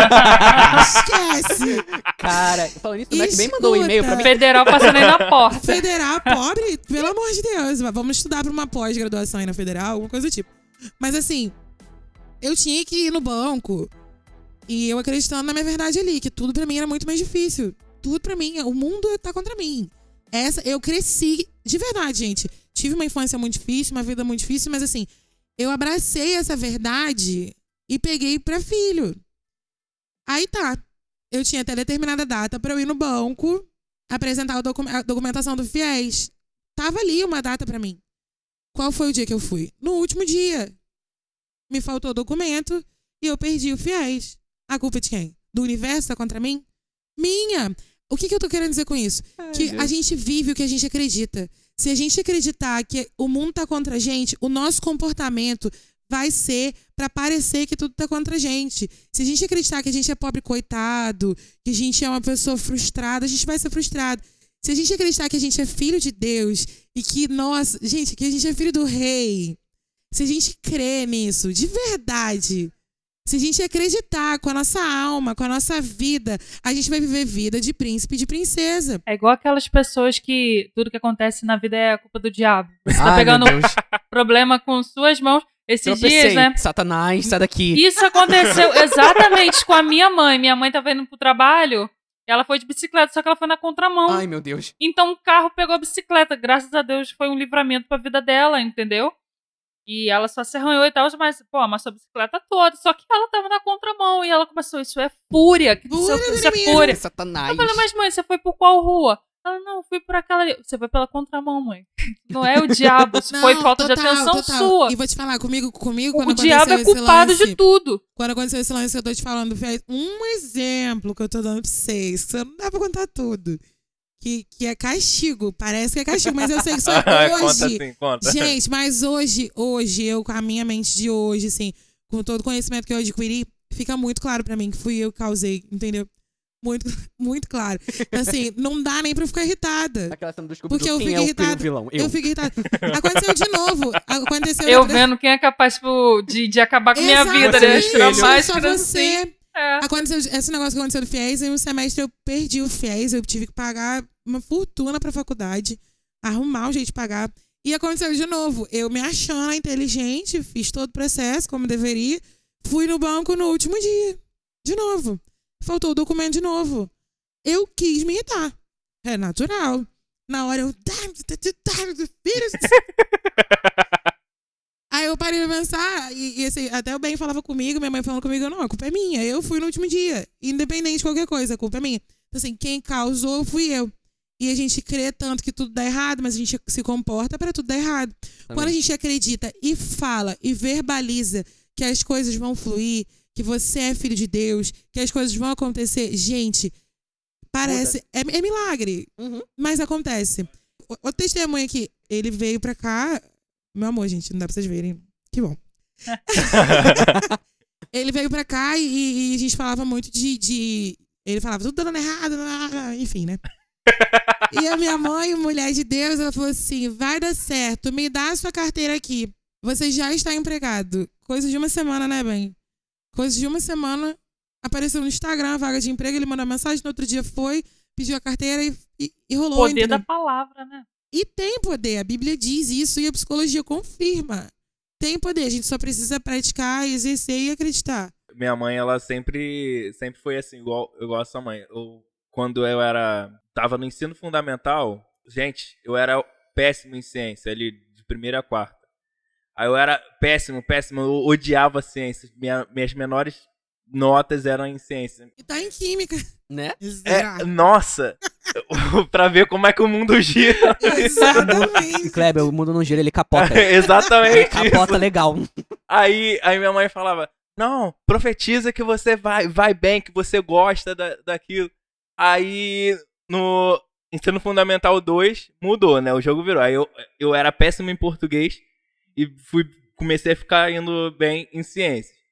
Esquece! Cara, falando isso, o Mac bem mandou um e-mail pra mim. Federal passando aí na porta. Federal, pobre, pelo amor de Deus, vamos estudar pra uma pós-graduação aí na Federal, alguma coisa do tipo. Mas assim, eu tinha que ir no banco e eu acreditando na minha verdade ali, que tudo pra mim era muito mais difícil. Tudo pra mim, o mundo tá contra mim. Essa, eu cresci, de verdade, gente. Tive uma infância muito difícil, uma vida muito difícil, mas assim, eu abracei essa verdade e peguei pra filho. Aí tá, eu tinha até determinada data pra eu ir no banco, apresentar a, docu- a documentação do FIES. Tava ali uma data pra mim. Qual foi o dia que eu fui? No último dia. Me faltou o documento e eu perdi o FIES. A culpa é de quem? Do universo tá contra mim? Minha! O que, que eu tô querendo dizer com isso? Ai, que Deus. a gente vive o que a gente acredita. Se a gente acreditar que o mundo tá contra a gente, o nosso comportamento vai ser pra parecer que tudo tá contra a gente. Se a gente acreditar que a gente é pobre coitado, que a gente é uma pessoa frustrada, a gente vai ser frustrado. Se a gente acreditar que a gente é filho de Deus e que nós, gente, que a gente é filho do rei, se a gente crê nisso, de verdade, se a gente acreditar com a nossa alma, com a nossa vida, a gente vai viver vida de príncipe e de princesa. É igual aquelas pessoas que tudo que acontece na vida é a culpa do diabo. Você tá Ai, pegando meu Deus. problema com suas mãos. Esses Eu dias, pensei, né? Satanás, sai daqui. Isso aconteceu exatamente com a minha mãe. Minha mãe tava indo pro trabalho, ela foi de bicicleta, só que ela foi na contramão. Ai, meu Deus. Então o carro pegou a bicicleta. Graças a Deus foi um livramento pra vida dela, entendeu? E ela só se arranhou e tal, mas, pô, amassou a bicicleta toda. Só que ela tava na contramão e ela começou, isso é fúria. Isso, Fúria, isso é menina. fúria. Satanás. Eu falei, mas mãe, você foi por qual rua? Ela, não, fui por aquela ali. Você foi pela contramão, mãe. Não é o diabo, isso foi Não, falta de total, atenção total. sua. E vou te falar, comigo, comigo quando O aconteceu diabo é esse culpado lance, de tudo. Quando aconteceu esse lance que eu tô te falando, Fê, um exemplo que eu tô dando pra vocês, que você não dá pra contar tudo. Que, que é castigo, parece que é castigo, mas eu sei que isso é Conta hoje. assim, conta. Gente, mas hoje, hoje, eu com a minha mente de hoje, assim, com todo o conhecimento que eu adquiri, fica muito claro pra mim que fui eu que causei, entendeu? Muito, muito claro. Assim, não dá nem pra eu ficar irritada. Aquela cena do Porque eu quem fico é o irritada. vilão? Eu. Eu fico irritada. Aconteceu de novo. Aconteceu Eu outra- vendo quem é capaz tipo, de, de acabar com a minha vida, né? Exatamente, Tirar mais só você. É. Aconteceu esse negócio que aconteceu do FIES, em um semestre eu perdi o FIES, eu tive que pagar uma fortuna pra faculdade, arrumar um jeito de pagar. E aconteceu de novo, eu me achando inteligente, fiz todo o processo como deveria, fui no banco no último dia, de novo. Faltou o documento de novo. Eu quis me irritar. É natural. Na hora eu... Aí eu parei pra pensar, e, e assim, até o Ben falava comigo, minha mãe falando comigo, não, a culpa é minha, eu fui no último dia, independente de qualquer coisa, a culpa é minha. Então assim, quem causou fui eu. E a gente crê tanto que tudo dá errado, mas a gente se comporta pra tudo dar errado. Também. Quando a gente acredita e fala e verbaliza que as coisas vão fluir, que você é filho de Deus, que as coisas vão acontecer, gente, parece, é, é milagre, Uhum. mas acontece. O, o testemunho aqui, ele veio pra cá... Meu amor, gente, não dá pra vocês verem. Que bom. Ele veio pra cá e, e a gente falava muito de, de... Ele falava tudo dando errado, enfim, né? E a minha mãe, mulher de Deus, ela falou assim, vai dar certo, me dá a sua carteira aqui. Você já está empregado. Coisa de uma semana, né, Ben? Coisa de uma semana, apareceu no Instagram a vaga de emprego, ele mandou mensagem, no outro dia foi, pediu a carteira e, e, e rolou. Poder entendeu? da palavra, né? E tem poder, a Bíblia diz isso e a psicologia confirma. Tem poder, a gente só precisa praticar, exercer e acreditar. Minha mãe, ela sempre, sempre foi assim, igual, igual a sua mãe. Eu, quando eu era, tava no ensino fundamental, gente, eu era péssimo em ciência, ali de primeira a quarta. Aí eu era péssimo, péssimo, eu odiava ciência. Minha, minhas menores notas eram em ciência. E tá em química. Né? Exato. É, nossa, pra ver como é que o mundo gira. Exatamente. Kleber, o mundo não gira, ele capota. Exatamente. Capota legal. Aí, aí minha mãe falava, não, profetiza que você vai, vai bem, que você gosta da, daquilo. Aí, no ensino fundamental dois, mudou, né? O jogo virou. Aí eu, eu era péssimo em português e fui, comecei a ficar indo bem em ciências.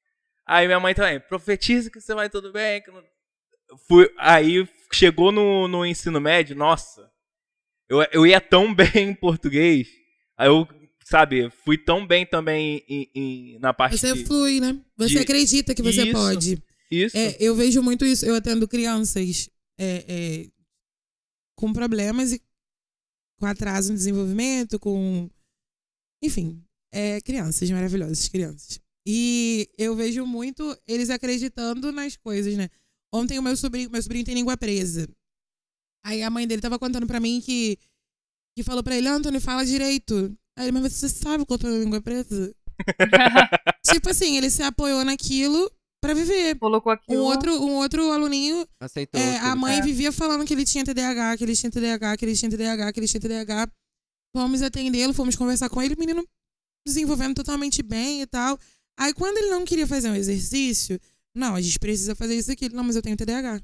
Aí minha mãe também, profetiza que você vai tudo bem. Que não... Fui, aí chegou no, no ensino médio, nossa, eu, eu ia tão bem em português, aí eu, sabe, fui tão bem também em, em, na parte Você de... flui, né? Você de, acredita que você isso, pode. Isso. É, eu vejo muito isso, eu atendo crianças é, é, com problemas e com atraso no desenvolvimento, com... Enfim, é, crianças maravilhosas, crianças. E eu vejo muito eles acreditando nas coisas, né? Ontem o meu sobrinho, meu sobrinho tem língua presa. Aí a mãe dele tava contando pra mim que, que falou pra ele, Antônio, fala direito. Aí ele, mas você sabe que eu tô na língua presa? Tipo assim, ele se apoiou naquilo pra viver. Colocou aquilo. Um outro, um outro aluninho, Aceitou. é, a mãe É. vivia falando que ele tinha T D A H, que ele tinha T D A H, que ele tinha T D A H, que ele tinha T D A H. Fomos atendê-lo, fomos conversar com ele, o menino desenvolvendo totalmente bem e tal. Aí quando ele não queria fazer um exercício, não, a gente precisa fazer isso aqui. Não, mas eu tenho T D A H.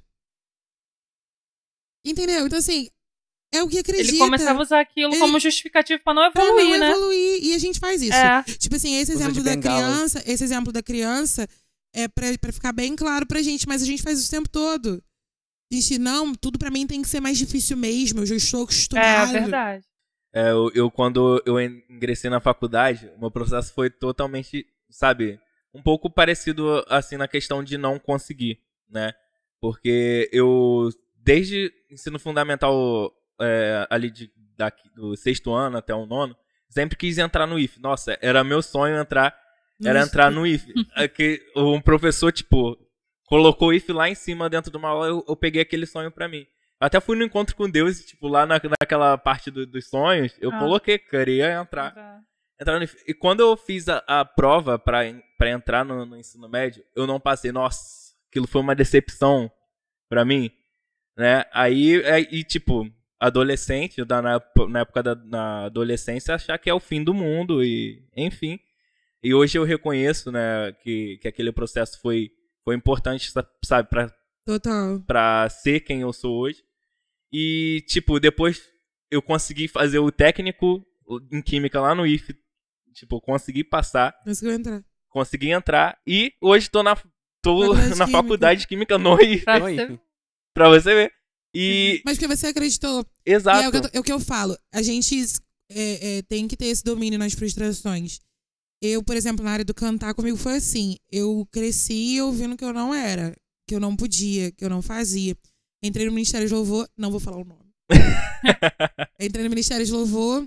Entendeu? Então assim, é o que acredita. Ele começava a usar aquilo Ele- como justificativo pra não Pra evoluir, não né? evoluir. E a gente faz isso. É. Tipo assim, esse Usa exemplo de da bengala. criança, esse exemplo da criança é pra, pra ficar bem claro pra gente, mas a gente faz isso o tempo todo. A gente, não, tudo pra mim tem que ser mais difícil mesmo, eu já estou É, acostumado. verdade. É, eu, eu, quando eu ingressei na faculdade, o meu processo foi totalmente, sabe, um pouco parecido assim na questão de não conseguir, né? Porque eu, desde ensino fundamental, é, ali de, daqui, do sexto ano até o nono, sempre quis entrar no I F. Nossa, era meu sonho entrar, era Nossa. entrar no I F. É que um professor, tipo, colocou o I F lá em cima dentro de uma aula, eu, eu peguei aquele sonho pra mim. Eu até fui no encontro com Deus e, tipo, lá na, naquela parte do- dos sonhos, eu Ah. coloquei, queria entrar. Tá. entrar no I F. E quando eu fiz a, a prova pra, en- pra entrar no, no ensino médio, eu não passei. Nossa, aquilo foi uma decepção pra mim, né? Aí, aí e, tipo, adolescente, da- na, na época da na adolescência, achar que é o fim do mundo e, enfim. E hoje eu reconheço, né, que, que aquele processo foi, foi importante, sa- sabe, pra, Total. pra ser quem eu sou hoje. E, tipo, depois eu consegui fazer o técnico em química lá no I F. Tipo, consegui passar, Conseguiu entrar. consegui entrar. E hoje tô na, tô Faculdade de na Química. faculdade de química no I F, Pra Oi, você- enfim. pra você ver. E, Mas porque você acreditou. E é o exato. que, eu, tô- é o que eu falo. A gente é, é, tem que ter esse domínio nas frustrações. Eu, por exemplo, na área do cantar, comigo foi assim. Eu cresci ouvindo que eu não era, que eu não podia, que eu não fazia. Entrei no Ministério de Louvor, não vou falar o nome. Entrei no Ministério de Louvor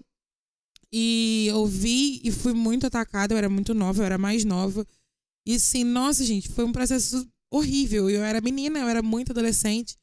e ouvi e fui muito atacada. Eu era muito nova, eu era mais nova. E assim, nossa, gente, foi um processo horrível. Eu era menina, eu era muito adolescente.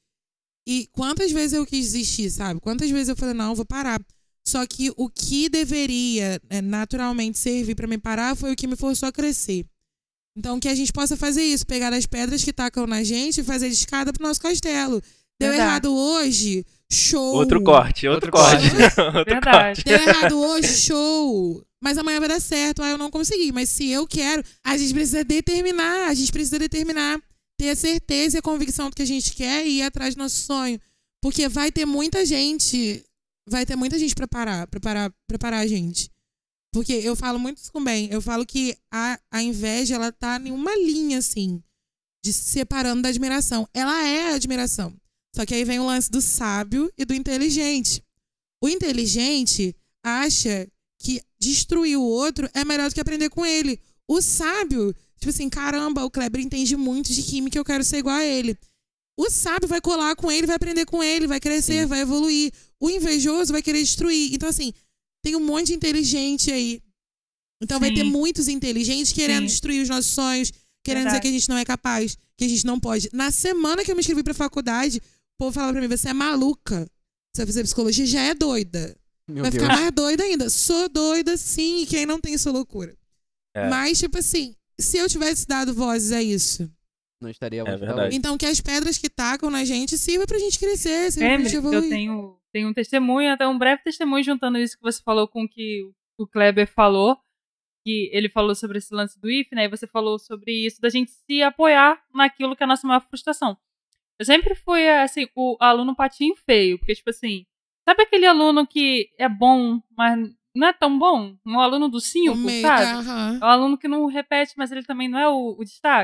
E quantas vezes eu quis desistir, sabe? Quantas vezes eu falei, não, eu vou parar. Só que o que deveria é, naturalmente servir pra me parar foi o que me forçou a crescer. Então, que a gente possa fazer isso, pegar as pedras que tacam na gente e fazer de escada pro nosso castelo. Deu Verdade. errado hoje? Show! Outro corte, outro, Outro corte. corte. Outro Verdade. Deu errado hoje? Show! Mas amanhã vai dar certo. Ah, eu não consegui. Mas se eu quero, a gente precisa determinar. A gente precisa determinar. Ter a certeza e a convicção do que a gente quer e ir atrás do nosso sonho. Porque vai ter muita gente. Vai ter muita gente pra parar, pra parar, pra parar a gente. Porque eu falo muito isso com o Ben. Eu falo que a, a inveja, ela tá em uma linha, assim, de se separando da admiração. Ela é a admiração. Só que aí vem o lance do sábio e do inteligente. O inteligente acha que destruir o outro é melhor do que aprender com ele. O sábio, tipo assim, caramba, o Kleber entende muito de química, eu quero ser igual a ele. O sábio vai colar com ele, vai aprender com ele, vai crescer, Sim. vai evoluir. O invejoso vai querer destruir. Então, assim, tem um monte de inteligente aí. Então vai Sim. ter muitos inteligentes querendo Sim. destruir os nossos sonhos, querendo Verdade. dizer que a gente não é capaz, que a gente não pode. Na semana que eu me inscrevi pra faculdade, o povo falava pra mim, você é maluca. Você vai fazer psicologia, já é doida. Meu vai Deus. ficar mais doida ainda. Sou doida, sim, e quem não tem isso é loucura. É. Mas, tipo assim, se eu tivesse dado vozes a isso, Não estaria É longe da verdade. luz. então que as pedras que tacam na gente sirva pra gente crescer, sirva pra Lembre, gente evoluir. eu tenho, tenho um testemunho, até um breve testemunho juntando isso que você falou com o que o Kleber falou, que ele falou sobre esse lance do I F, né? E você falou sobre isso, da gente se apoiar naquilo que é a nossa maior frustração. Eu sempre fui, assim, o aluno patinho feio, porque, tipo assim, sabe aquele aluno que é bom, mas não é tão bom? Um aluno do O cinco, meio, sabe? aham. É um aluno que não repete, mas ele também não é o, o destaque.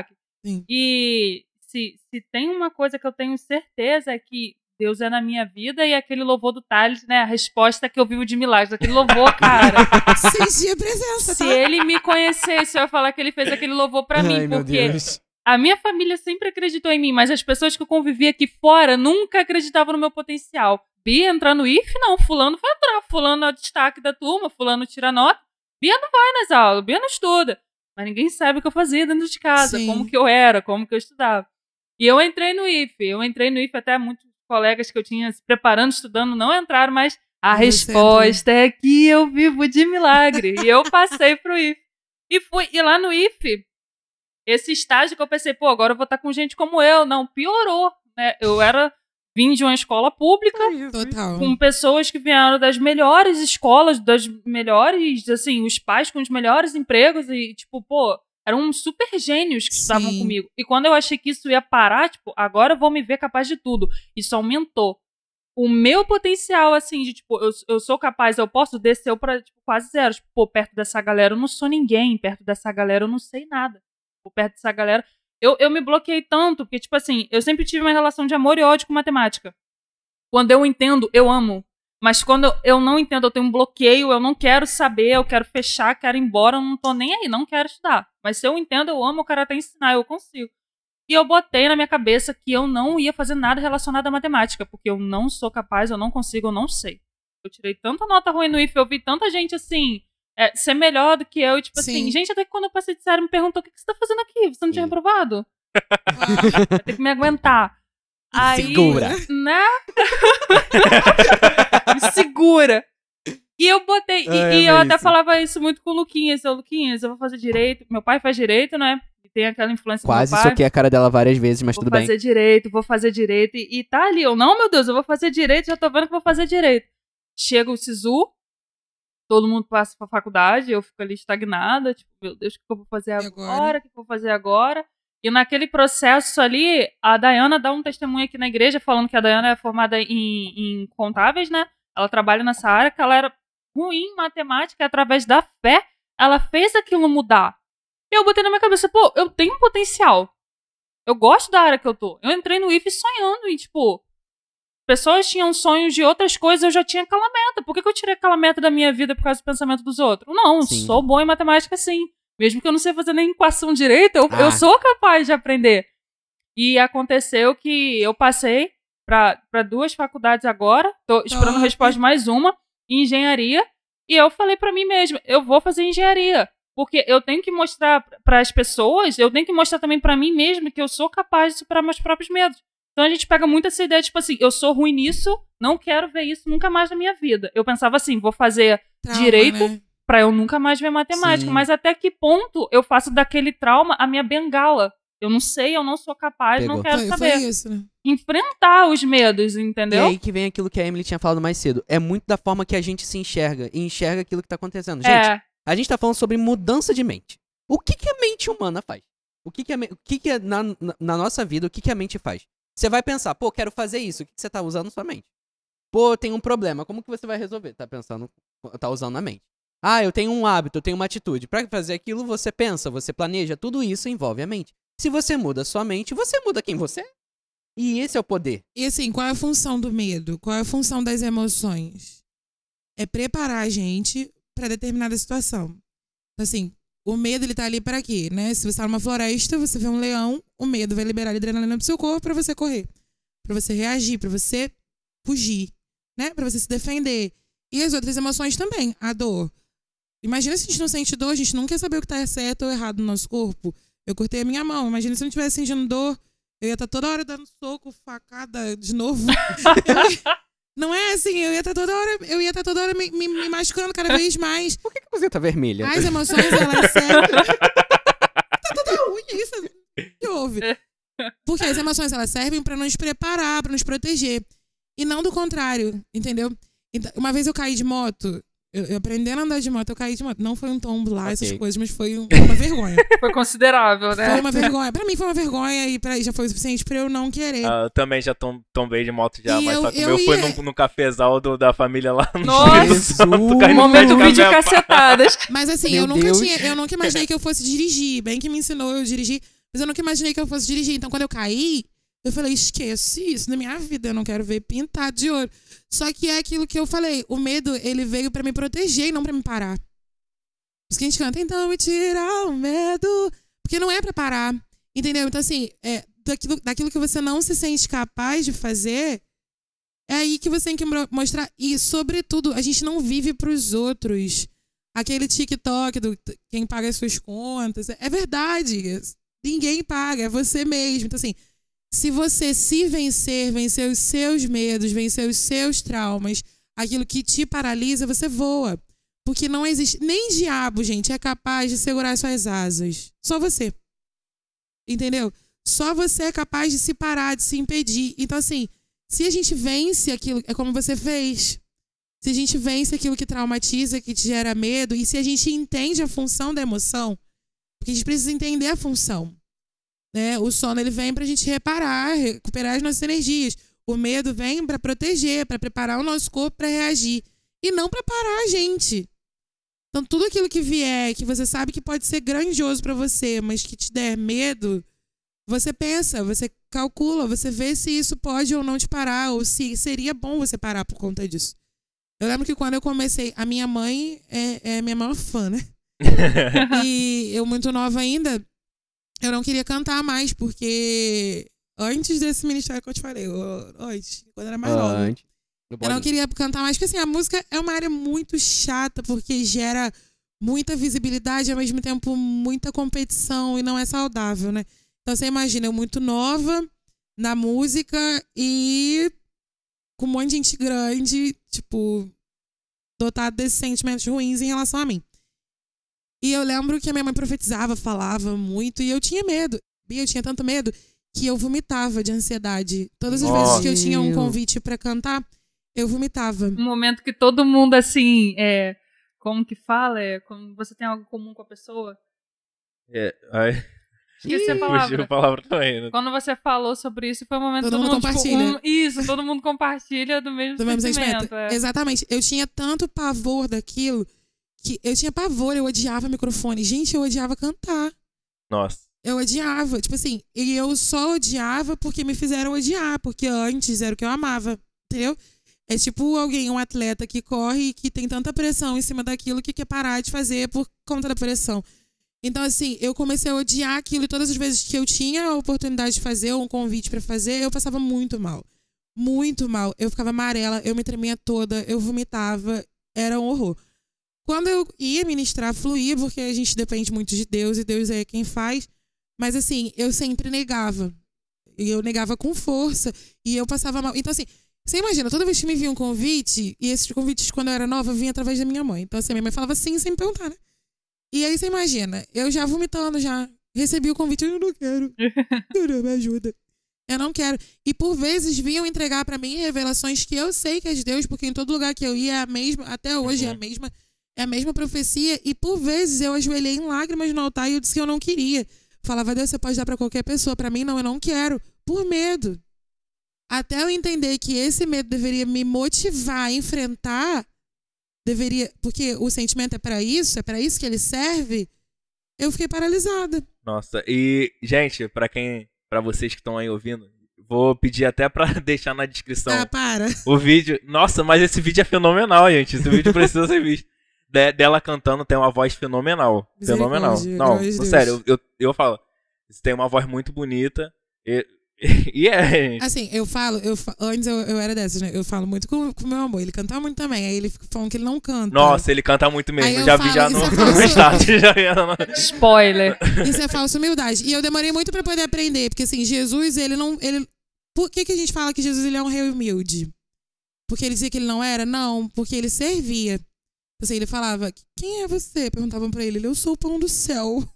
Sim. E se, se tem uma coisa que eu tenho certeza é que Deus é na minha vida e aquele louvor do Thales, né? A resposta que eu vivo de milagres. Aquele louvor, cara. Senti a presença, Se tá? ele me conhecesse, eu ia falar que ele fez aquele louvor pra mim. Ai, meu Porque Deus. a minha família sempre acreditou em mim, mas as pessoas que eu convivi aqui fora nunca acreditavam no meu potencial. Bia entrar no I F, não. Fulano vai entrar. Fulano é o destaque da turma. Fulano tira nota. Bia não vai nas aulas. Bia não estuda. Mas ninguém sabe o que eu fazia dentro de casa. Sim. Como que eu era. Como que eu estudava. E eu entrei no I F. Eu entrei no I F, até muitos colegas que eu tinha se preparando, estudando, não entraram, mas a Você resposta é que eu vivo de milagre. E eu passei pro I F. E fui. E lá no I F, esse estágio que eu pensei, pô, agora eu vou estar com gente como eu. Não, piorou. Né? Eu era... Vim de uma escola pública, Total. com pessoas que vieram das melhores escolas, das melhores, assim, os pais com os melhores empregos e, tipo, pô, eram super gênios que estavam Sim. comigo. E quando eu achei que isso ia parar, tipo, agora eu vou me ver capaz de tudo. Isso aumentou. O meu potencial, assim, de, tipo, eu, eu sou capaz, eu posso descer pra, tipo, quase zero. Tipo, pô, perto dessa galera eu não sou ninguém, perto dessa galera eu não sei nada. Pô, perto dessa galera... Eu, eu me bloqueei tanto, porque, tipo assim, eu sempre tive uma relação de amor e ódio com matemática. Quando eu entendo, eu amo. Mas quando eu não entendo, eu tenho um bloqueio, eu não quero saber, eu quero fechar, quero ir embora, eu não tô nem aí, não quero estudar. Mas se eu entendo, eu amo, eu quero até ensinar, eu consigo. E eu botei na minha cabeça que eu não ia fazer nada relacionado à matemática, porque eu não sou capaz, eu não consigo, eu não sei. Eu tirei tanta nota ruim no I F, eu vi tanta gente, assim... É, ser melhor do que eu, tipo Sim. assim, gente, até que quando eu passei de série me perguntou o que, que você tá fazendo aqui? Você não tinha Sim. reprovado? Ah, Vai ter que me aguentar. Aí, Segura. né? Me segura. E eu botei, e, Ai, e eu até Alice. falava isso muito com o Luquinhas. Eu, Luquinhas, eu vou fazer direito. Meu pai faz direito, né? E tem aquela influência Quase do meu pai. soquei a cara dela várias vezes, mas Vou tudo bem. fazer direito, vou fazer direito. E, e tá ali, eu, não, meu Deus, eu vou fazer direito, já tô vendo que vou fazer direito. Chega o Sisu, todo mundo passa pra faculdade, eu fico ali estagnada, tipo, meu Deus, o que eu vou fazer E agora? agora? O que eu vou fazer agora? E naquele processo ali, a Dayana dá um testemunho aqui na igreja, falando que a Dayana é formada em, em contábeis, né? Ela trabalha nessa área, que ela era ruim em matemática, e através da fé, ela fez aquilo mudar. E eu botei na minha cabeça, pô, eu tenho um potencial. Eu gosto da área que eu tô. Eu entrei no I F sonhando e, tipo, pessoas tinham sonhos de outras coisas, eu já tinha aquela meta. Por que, que eu tirei aquela meta da minha vida por causa do pensamento dos outros? Não, eu Sim. sou bom em matemática, sim. Mesmo que eu não sei fazer nem equação direito, eu, Ah. eu sou capaz de aprender. E aconteceu que eu passei pra, pra duas faculdades agora, tô esperando Top. resposta de mais uma, em engenharia, e eu falei pra mim mesma, eu vou fazer engenharia. Porque eu tenho que mostrar para as pessoas, eu tenho que mostrar também pra mim mesma que eu sou capaz de superar meus próprios medos. Então a gente pega muito essa ideia, tipo assim, eu sou ruim nisso, não quero ver isso nunca mais na minha vida. Eu pensava assim, vou fazer trauma, direito né? pra eu nunca mais ver matemática. Sim. Mas até que ponto eu faço daquele trauma a minha bengala? Eu não sei, eu não sou capaz, Pegou. não quero Foi, saber. foi isso, né? Enfrentar os medos, E entendeu? aí que vem aquilo que a Emily tinha falado mais cedo. É muito da forma que a gente se enxerga e enxerga aquilo que tá acontecendo. Gente, é, a gente tá falando sobre mudança de mente. O que, que a mente humana faz? O que, que, a, me- o que, que é na, na, na nossa vida, o que, que a mente faz? Você vai pensar, pô, quero fazer isso. O que, que você tá usando sua mente? Pô, tem um problema. Como que você vai resolver? Tá pensando, tá usando a mente. Ah, eu tenho um hábito, eu tenho uma atitude. Pra fazer aquilo, você pensa, você planeja. Tudo isso envolve a mente. Se você muda a sua mente, você muda quem você é. E esse é o poder. E assim, qual é a função do medo? Qual é a função das emoções? É preparar a gente para determinada situação. Assim, o medo, ele tá ali para quê, né? Se você tá numa floresta, você vê um leão, o medo vai liberar adrenalina pro seu corpo para você correr, para você reagir, para você fugir, né? Para você se defender. E as outras emoções também, a dor. Imagina se a gente não sente dor, a gente não quer saber o que tá certo ou errado no nosso corpo. Eu cortei a minha mão, imagina se eu não tivesse sentindo dor, eu ia estar toda hora dando soco, facada de novo. Eu- não é assim, eu ia estar toda hora, eu ia estar toda hora me, me, me machucando cada vez mais. Por que, que você tá vermelha? As emoções, elas servem. Tá toda ruim isso. O que houve? Porque as emoções, elas servem pra nos preparar, pra nos proteger. E não do contrário, entendeu? Então, uma vez eu caí de moto, eu, eu aprendendo a andar de moto, eu caí de moto. Não foi um tombo lá, essas Ok. coisas, mas foi um- uma vergonha. foi considerável, né? Foi uma vergonha. Pra mim foi uma vergonha e pra, já foi o suficiente pra eu não querer. Ah, eu também já tom, tombei de moto já, E mas eu- só que o eu meu foi ia- no, no cafezal do, da família lá no Nossa! Espírito Santo, caí no Momento meio do vídeo café. cacetadas. Mas assim, Meu eu nunca Deus. tinha, eu nunca imaginei que eu fosse dirigir. Bem que me ensinou eu dirigir. Mas eu nunca imaginei que eu fosse dirigir. Então, quando eu caí, eu falei, esquece isso na minha vida. Eu não quero ver pintado de ouro. Só que é aquilo que eu falei. O medo, ele veio pra me proteger e não pra me parar. Por isso que a gente canta, então me tira o medo. Porque não é pra parar. Entendeu? Então, assim, é, daquilo, daquilo que você não se sente capaz de fazer, é aí que você tem que mostrar. E, sobretudo, a gente não vive pros outros. Aquele TikTok do quem paga as suas contas. É verdade. Ninguém paga, é você mesmo. Então, assim, se você se vencer, vencer os seus medos, vencer os seus traumas, aquilo que te paralisa, você voa. Porque não existe... Nem diabo, gente, é capaz de segurar suas asas. Só você. Entendeu? Só você é capaz de se parar, de se impedir. Então, assim, se a gente vence aquilo... É como você fez. Se a gente vence aquilo que traumatiza, que te gera medo, e se a gente entende a função da emoção, porque a gente precisa entender a função. Né? O sono, ele vem pra gente reparar, recuperar as nossas energias. O medo vem pra proteger, pra preparar o nosso corpo pra reagir. E não pra parar a gente. Então, tudo aquilo que vier, que você sabe que pode ser grandioso pra você, mas que te der medo, você pensa, você calcula, você vê se isso pode ou não te parar, ou se seria bom você parar por conta disso. Eu lembro que quando eu comecei, a minha mãe é, é minha maior fã, né? E eu, muito nova ainda, eu não queria cantar mais, porque antes desse ministério que eu te falei, antes, quando eu era mais Ah, nova, antes. eu não queria cantar mais, porque assim, a música é uma área muito chata, porque gera muita visibilidade, ao mesmo tempo muita competição, e não é saudável, né? Então você imagina, eu muito nova na música e com um monte de gente grande, tipo, dotada desses sentimentos ruins em relação a mim. E eu lembro que a minha mãe profetizava, falava muito, e eu tinha medo. E eu tinha tanto medo que eu vomitava de ansiedade. Todas as Nossa. vezes que eu tinha um convite pra cantar, eu vomitava. Um momento que todo mundo, assim, é... Como que fala? É quando você tem algo comum com a pessoa. É, ai, Esqueci a fugiu palavra. a palavra também, né? Quando você falou sobre isso, foi um momento que Todo todo, mundo mundo, tipo, compartilha. um- isso, todo mundo compartilha do mesmo Do mesmo sentimento. sentimento. é. Exatamente. Eu tinha tanto pavor daquilo que eu tinha pavor, eu odiava microfone. Gente, eu odiava cantar. Nossa. Eu odiava. Tipo assim, e eu só odiava porque me fizeram odiar, porque antes era o que eu amava. Entendeu? É tipo alguém, um atleta que corre e que tem tanta pressão em cima daquilo que quer parar de fazer por conta da pressão. Então, assim, eu comecei a odiar aquilo e todas as vezes que eu tinha a oportunidade de fazer ou um convite pra fazer, eu passava muito mal. Muito mal. Eu ficava amarela, eu me tremia toda, eu vomitava, era um horror. Quando eu ia ministrar, fluía, porque a gente depende muito de Deus e Deus é quem faz. Mas, assim, eu sempre negava. E eu negava com força e eu passava mal. Então, assim, você imagina, toda vez que me vinha um convite, e esses convites, quando eu era nova, vinha através da minha mãe. Então, assim, minha mãe falava sim, sem me perguntar, né? E aí, você imagina, eu já vomitando, já recebi o convite, eu não quero. Senhor, me ajuda. Eu não quero. E por vezes vinham entregar pra mim revelações que eu sei que é de Deus, porque em todo lugar que eu ia é a mesma, até hoje é a mesma, é a mesma profecia. E por vezes eu ajoelhei em lágrimas no altar e eu disse que eu não queria. Falava, Deus, você pode dar pra qualquer pessoa, pra mim não, eu não quero. Por medo. Até eu entender que esse medo deveria me motivar a enfrentar, deveria, porque o sentimento é pra isso, é pra isso que ele serve, eu fiquei paralisada. Nossa, e, gente, pra quem. Pra vocês que estão aí ouvindo, vou pedir até pra deixar na descrição Ah, para. o vídeo. Nossa, mas esse vídeo é fenomenal, gente. Esse vídeo precisa ser visto. De- dela cantando tem uma voz fenomenal. Fenomenal. Misericórdia, Não, glória a Deus. sério, eu, eu, eu falo. Você tem uma voz muito bonita. E, e é, gente. Assim, eu falo, eu fa- antes eu, eu era dessas, né? Eu falo muito com o meu amor, ele canta muito também, aí ele fica falando que ele não canta. Nossa, ele canta muito mesmo. Aí eu Já falo, vi já isso no, é no falso. status. Já vi no- Spoiler. Isso é falsa humildade. E eu demorei muito pra poder aprender, porque assim, Jesus, ele não, ele por que que a gente fala que Jesus ele é um rei humilde? Porque ele dizia que ele não era? Não, porque ele servia. Assim, ele falava, quem é você? Perguntavam pra ele, eu sou o pão do céu.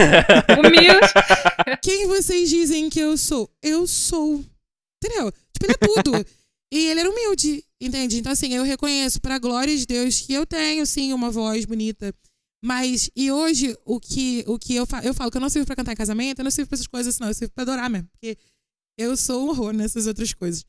Humilde. Quem vocês dizem que eu sou? Eu sou. Entendeu? Tipo, ele é tudo. E ele era humilde, entende? Então, assim, eu reconheço pra glória de Deus que eu tenho, sim, uma voz bonita. Mas, e hoje, o que, o que eu falo, eu falo que eu não sirvo pra cantar em casamento, eu não sirvo pra essas coisas, não. Eu sirvo pra adorar mesmo. Porque eu sou um horror nessas outras coisas.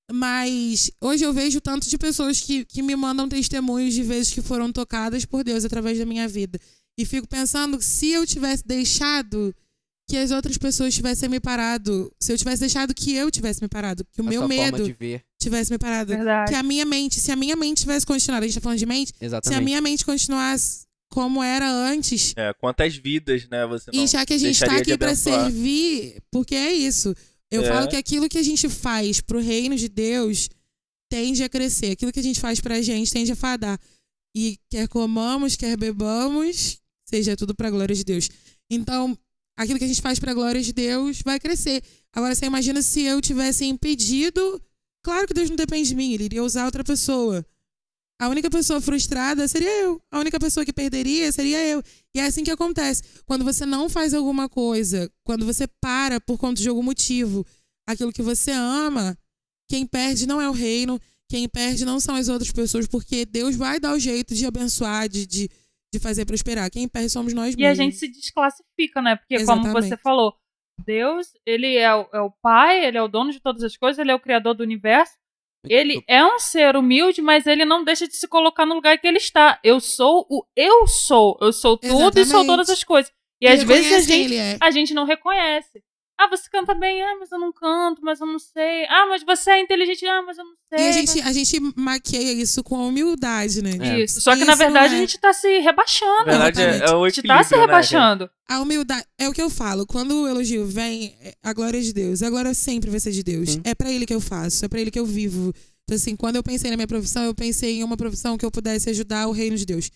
Mas hoje eu vejo tanto de pessoas que, que me mandam testemunhos de vezes que foram tocadas por Deus através da minha vida. E fico pensando que se eu tivesse deixado que as outras pessoas tivessem me parado, se eu tivesse deixado que eu tivesse me parado, que o A meu sua medo forma de ver. tivesse me parado, Verdade. que a minha mente, se a minha mente tivesse continuado, a gente tá falando de mente, se a Exatamente. minha mente continuasse como era antes, É, quantas vidas, né, você não e já que a gente tá deixaria de aqui pra abençoar. servir, porque é isso. Eu É. falo que aquilo que a gente faz pro reino de Deus tende a crescer. Aquilo que a gente faz pra gente tende a fadar. E quer comamos, quer bebamos, seja tudo pra glória de Deus. Então, aquilo que a gente faz pra glória de Deus vai crescer. Agora, você imagina se eu tivesse impedido... Claro que Deus não depende de mim, ele iria usar outra pessoa. A única pessoa frustrada seria eu. A única pessoa que perderia seria eu. E é assim que acontece. Quando você não faz alguma coisa, quando você para por conta de algum motivo, aquilo que você ama, quem perde não é o reino, quem perde não são as outras pessoas, porque Deus vai dar o jeito de abençoar, de, de, de fazer prosperar. Quem perde somos nós E a mesmos. gente se desclassifica, né? Porque, Exatamente. como você falou, Deus, ele é o, é o Pai, ele é o dono de todas as coisas, ele é o Criador do universo. Ele é um ser humilde, mas ele não deixa de se colocar no lugar que ele está. Eu sou o eu sou. Eu sou tudo Exatamente. e sou todas as coisas. E Ele às vezes a reconhece quem gente, ele é. a gente não reconhece. Ah, você canta bem. Ah, mas eu não canto, mas eu não sei. Ah, mas você é inteligente. Ah, mas eu não sei. E a mas- gente, a gente maqueia isso com humildade, né? É. Isso. Só que, na Isso verdade, é- a gente tá se rebaixando. Na verdade, é, Exatamente. é o A gente tá se equilíbrio, né, rebaixando. A humildade, é o que eu falo. Quando o elogio vem, é a glória é de Deus. A glória sempre vai ser de Deus. Sim. É pra ele que eu faço, é pra ele que eu vivo. Então, assim, quando eu pensei na minha profissão, eu pensei em uma profissão que eu pudesse ajudar o reino de Deus.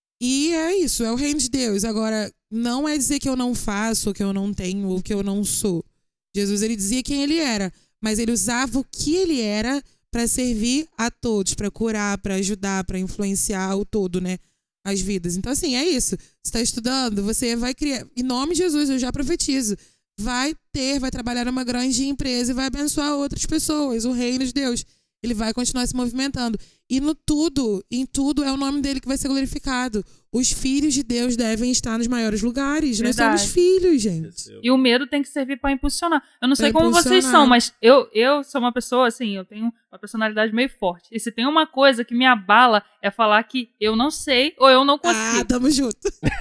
E é isso, é o reino de Deus. Agora, não é dizer que eu não faço, ou que eu não tenho, ou que eu não sou. Jesus, ele dizia quem ele era, mas ele usava o que ele era pra servir a todos, pra curar, pra ajudar, pra influenciar o todo, né? As vidas. Então, assim, é isso. Você tá estudando, você vai criar... Em nome de Jesus, eu já profetizo. Vai ter, vai trabalhar numa grande empresa e vai abençoar outras pessoas, o reino de Deus. Ele vai continuar se movimentando. E no tudo, em tudo, é o nome dele que vai ser glorificado. Os filhos de Deus devem estar nos maiores lugares. Verdade. Nós somos filhos, gente. E o medo tem que servir pra impulsionar. Eu não sei Pra como vocês impulsionar. são, mas eu, eu sou uma pessoa, assim, eu tenho uma personalidade meio forte. E se tem uma coisa que me abala, é falar que eu não sei ou eu não Ah, consigo. tamo junto.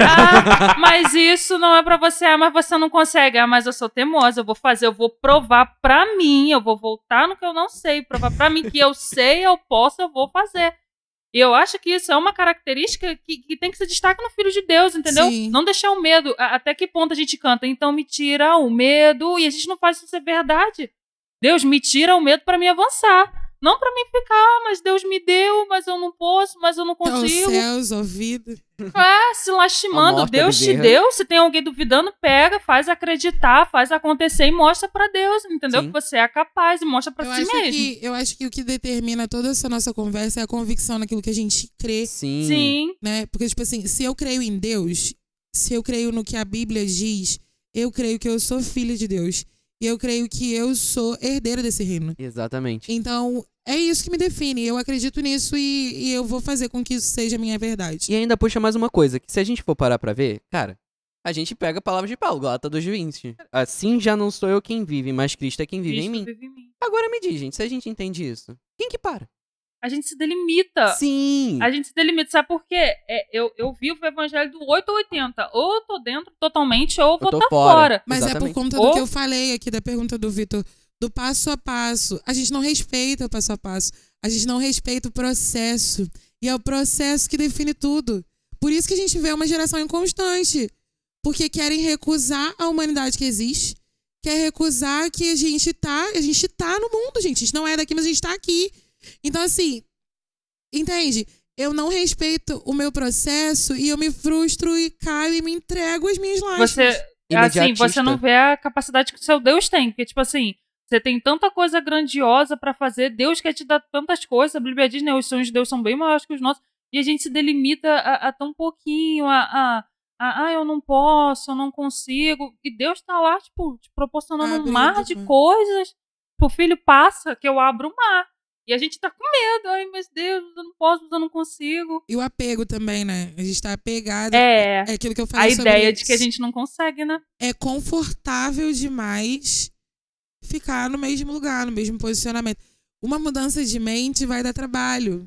Ah, mas isso não é pra você, ah, mas você não consegue. Ah, mas eu sou teimosa, eu vou fazer, eu vou provar pra mim, eu vou voltar no que eu não sei, provar pra mim que eu sei, eu posso, eu vou fazer. E eu acho que isso é uma característica que, que tem que se destacar no Filho de Deus, entendeu? Sim. Não deixar o medo. A- Até que ponto a gente canta? Então me tira o medo. E a gente não faz isso ser verdade. Deus me tira o medo pra me avançar. Não pra mim ficar, ah, mas Deus me deu, mas eu não posso, mas eu não Aos consigo. céus, ouvido. É, se lastimando. A morte Deus é te bezerra. deu. Se tem alguém duvidando, pega, faz acreditar, faz acontecer e mostra pra Deus, entendeu? Sim. Que você é capaz e mostra pra Eu si acho, mesmo. que, eu acho que o que determina toda essa nossa conversa é a convicção naquilo que a gente crê, Sim. Sim. né? Porque, tipo assim, se eu creio em Deus, se eu creio no que a Bíblia diz, eu creio que eu sou filha de Deus. E eu creio que eu sou herdeira desse reino. Exatamente. Então, é isso que me define. Eu acredito nisso e, e eu vou fazer com que isso seja a minha verdade. E ainda puxa mais uma coisa, que se a gente for parar pra ver, cara, a gente pega a palavra de Paulo, Gálatas dois vinte. Assim já não sou eu quem vive, mas Cristo é quem vive em Cristo mim. vive em mim. Agora me diz, gente, se a gente entende isso, quem que para? A gente se delimita. Sim! A gente se delimita. Sabe por quê? É, eu, eu vivo o evangelho do oito ou oitenta. Ou eu tô dentro totalmente, ou eu vou tô estar fora. fora. Mas é Exatamente. por conta Ou- do que eu falei aqui da pergunta do Vitor, do passo a passo. A gente não respeita o passo a passo. A gente não respeita o processo. E é o processo que define tudo. Por isso que a gente vê uma geração inconstante. Porque querem recusar a humanidade que existe. Quer recusar que a gente tá, a gente tá no mundo, gente. A gente não é daqui, mas a gente tá aqui. Então, assim, entende? Eu não respeito o meu processo e eu me frustro e caio e me entrego às minhas lágrimas. Você, assim, Imediatista. você não vê a capacidade que o seu Deus tem. Porque, tipo assim, você tem tanta coisa grandiosa pra fazer. Deus quer te dar tantas coisas. A Bíblia diz, né? Os sonhos de Deus são bem maiores que os nossos. E a gente se delimita a, a tão pouquinho, a... a Ah, eu não posso, eu não consigo. E Deus tá lá, tipo, te proporcionando um Abrindo, mar de né? coisas. O filho passa, que eu abro o mar. E a gente tá com medo. Ai, mas Deus, eu não posso, eu não consigo. E o apego também, né? A gente tá apegado. É, É aquilo que eu a falei sobre ideia de que a gente não consegue, né? É confortável demais ficar no mesmo lugar, no mesmo posicionamento. Uma mudança de mente vai dar trabalho.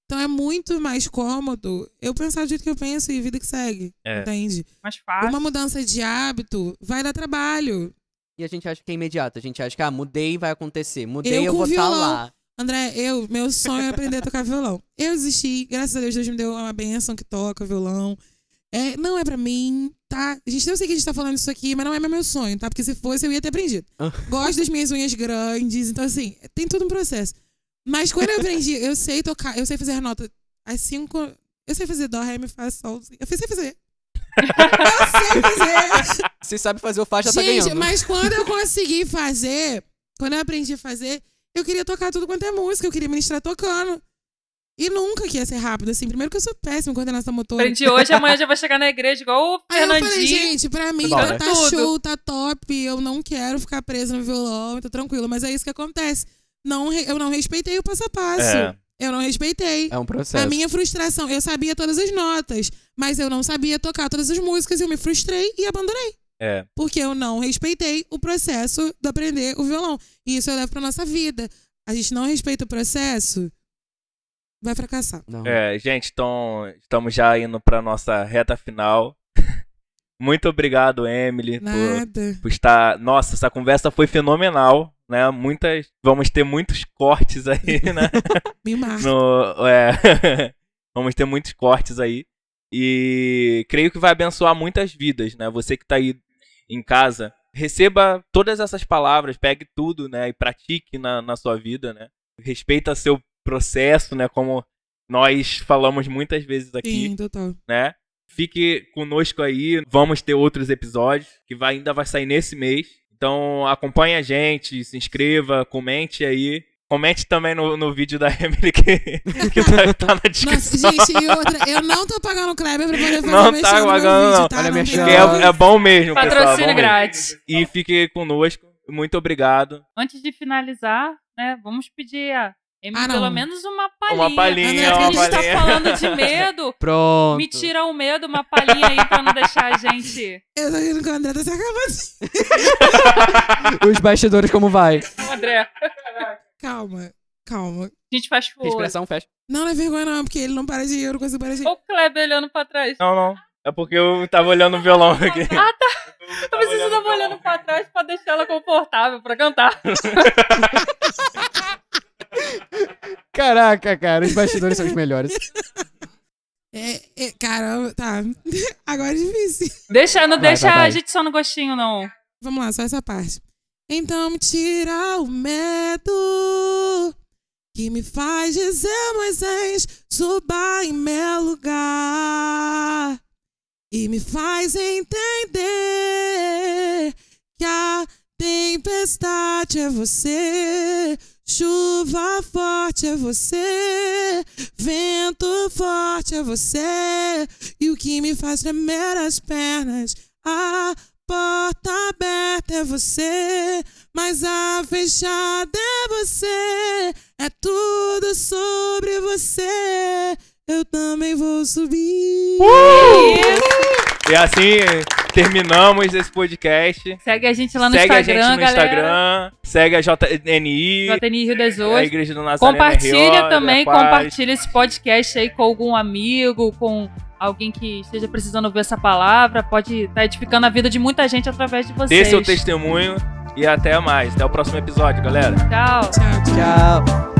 Então é muito mais cômodo eu pensar do jeito que eu penso e vida que segue. É. Entende? Mais fácil. Uma mudança de hábito vai dar trabalho. E a gente acha que é imediato. A gente acha que, ah, mudei, vai acontecer. Mudei, Eu eu, com vou estar violão. lá. André, eu, meu sonho é aprender a tocar violão. Eu desisti, graças a Deus, Deus me deu uma bênção que toca violão. É, não é pra mim, tá? A gente, eu sei que a gente tá falando isso aqui, mas não é meu sonho, tá? Porque se fosse, eu ia ter aprendido. Gosto das minhas unhas grandes, então assim, tem todo um processo. Mas quando eu aprendi, eu sei tocar, eu sei fazer a nota, as cinco, eu sei fazer dó, ré, mi, fá, sol, eu sei fazer. Eu sei fazer. Se sabe fazer o faixa, já Gente, tá ganhando. mas quando eu consegui fazer, quando eu aprendi a fazer, eu queria tocar tudo quanto é música, eu queria ministrar tocando. E nunca que ia ser rápido, assim. Primeiro que eu sou péssima em coordenação motora. Aprendi hoje, amanhã já vai chegar na igreja igual o Aí eu falei, Fernandinho. gente, pra mim Bom, tá, né? tá Tudo. show, tá top, eu não quero ficar presa no violão, tá tranquilo. Mas é isso que acontece. Não, re- eu não respeitei o passo a passo. É. Eu não respeitei. É um processo. A minha frustração, eu sabia todas as notas, mas eu não sabia tocar todas as músicas, eu me frustrei e abandonei. É. Porque eu não respeitei o processo de aprender o violão. E isso eu levo pra nossa vida. A gente não respeita o processo, vai fracassar. Não. É, gente, então estamos já indo pra nossa reta final. Muito obrigado, Emily, por, Nada. por estar. Nossa, essa conversa foi fenomenal, né? Muitas. Vamos ter muitos cortes aí, né? Me marca. No, é, vamos ter muitos cortes aí. E creio que vai abençoar muitas vidas, né? Você que tá aí em casa, receba todas essas palavras, pegue tudo, né? E pratique na, na sua vida, né? Respeita seu processo, né? Como nós falamos muitas vezes aqui, Sim, total. né? Fique conosco aí, vamos ter outros episódios que vai, ainda vai sair nesse mês. Então acompanhe a gente, se inscreva, comente aí. Comente também no, no vídeo da Emily que, que tá, tá na descrição. Nossa, gente, e outra, eu não tô pagando o Kleber pra poder fazer Não mexer tá no pagando, meu vídeo, não. tá? Olha, Não minha tem chave. Que como. é, é bom mesmo, pessoal. é Patrocínio bom mesmo. grátis. E fique conosco. Muito obrigado. Antes de finalizar, né, vamos pedir a Emily Ah, não. pelo menos uma palhinha. Uma palhinha, André, Já que a uma gente tá palhinha. falando de medo, Pronto. me tira o medo, uma palhinha aí pra não deixar a gente... Eu tô rindo que o André tá se acabando. Os bastidores, como vai? André, Calma, calma. a gente faz força. Expressão, fecha. Não, não é vergonha não, porque ele não para de ir, eu não consigo parar de ir. Olha o Kleber olhando pra trás. Não, não. É porque eu tava olhando o violão aqui. Ah, tá. Eu pensei que você tava olhando pra trás pra deixar ela confortável pra cantar. Caraca, cara, os bastidores são os melhores. É, é, caramba, tá. Agora é difícil. Deixa, não Vai, deixa vai, vai. a gente só no gostinho, não. Vamos lá, só essa parte. Então me tira o medo que me faz dizer, Moisés, suba em meu lugar. E me faz entender que a tempestade é você, chuva forte é você, vento forte é você, e o que me faz tremer as pernas, a porta aberta é você, mas a fechada é você, é tudo sobre você, eu também vou subir. Isso. E assim terminamos esse podcast. Segue a gente lá no Segue Instagram, a gente no galera. Instagram. Segue a J N I. J N I Rio das A Ostras. Igreja do Nazareno. Compartilha R O, também, Aquários. compartilha esse podcast aí com algum amigo, com alguém que esteja precisando ouvir essa palavra. Pode estar edificando a vida de muita gente através de vocês. Dê seu testemunho e até mais. Até o próximo episódio, galera. Tchau. Tchau, tchau. Tchau.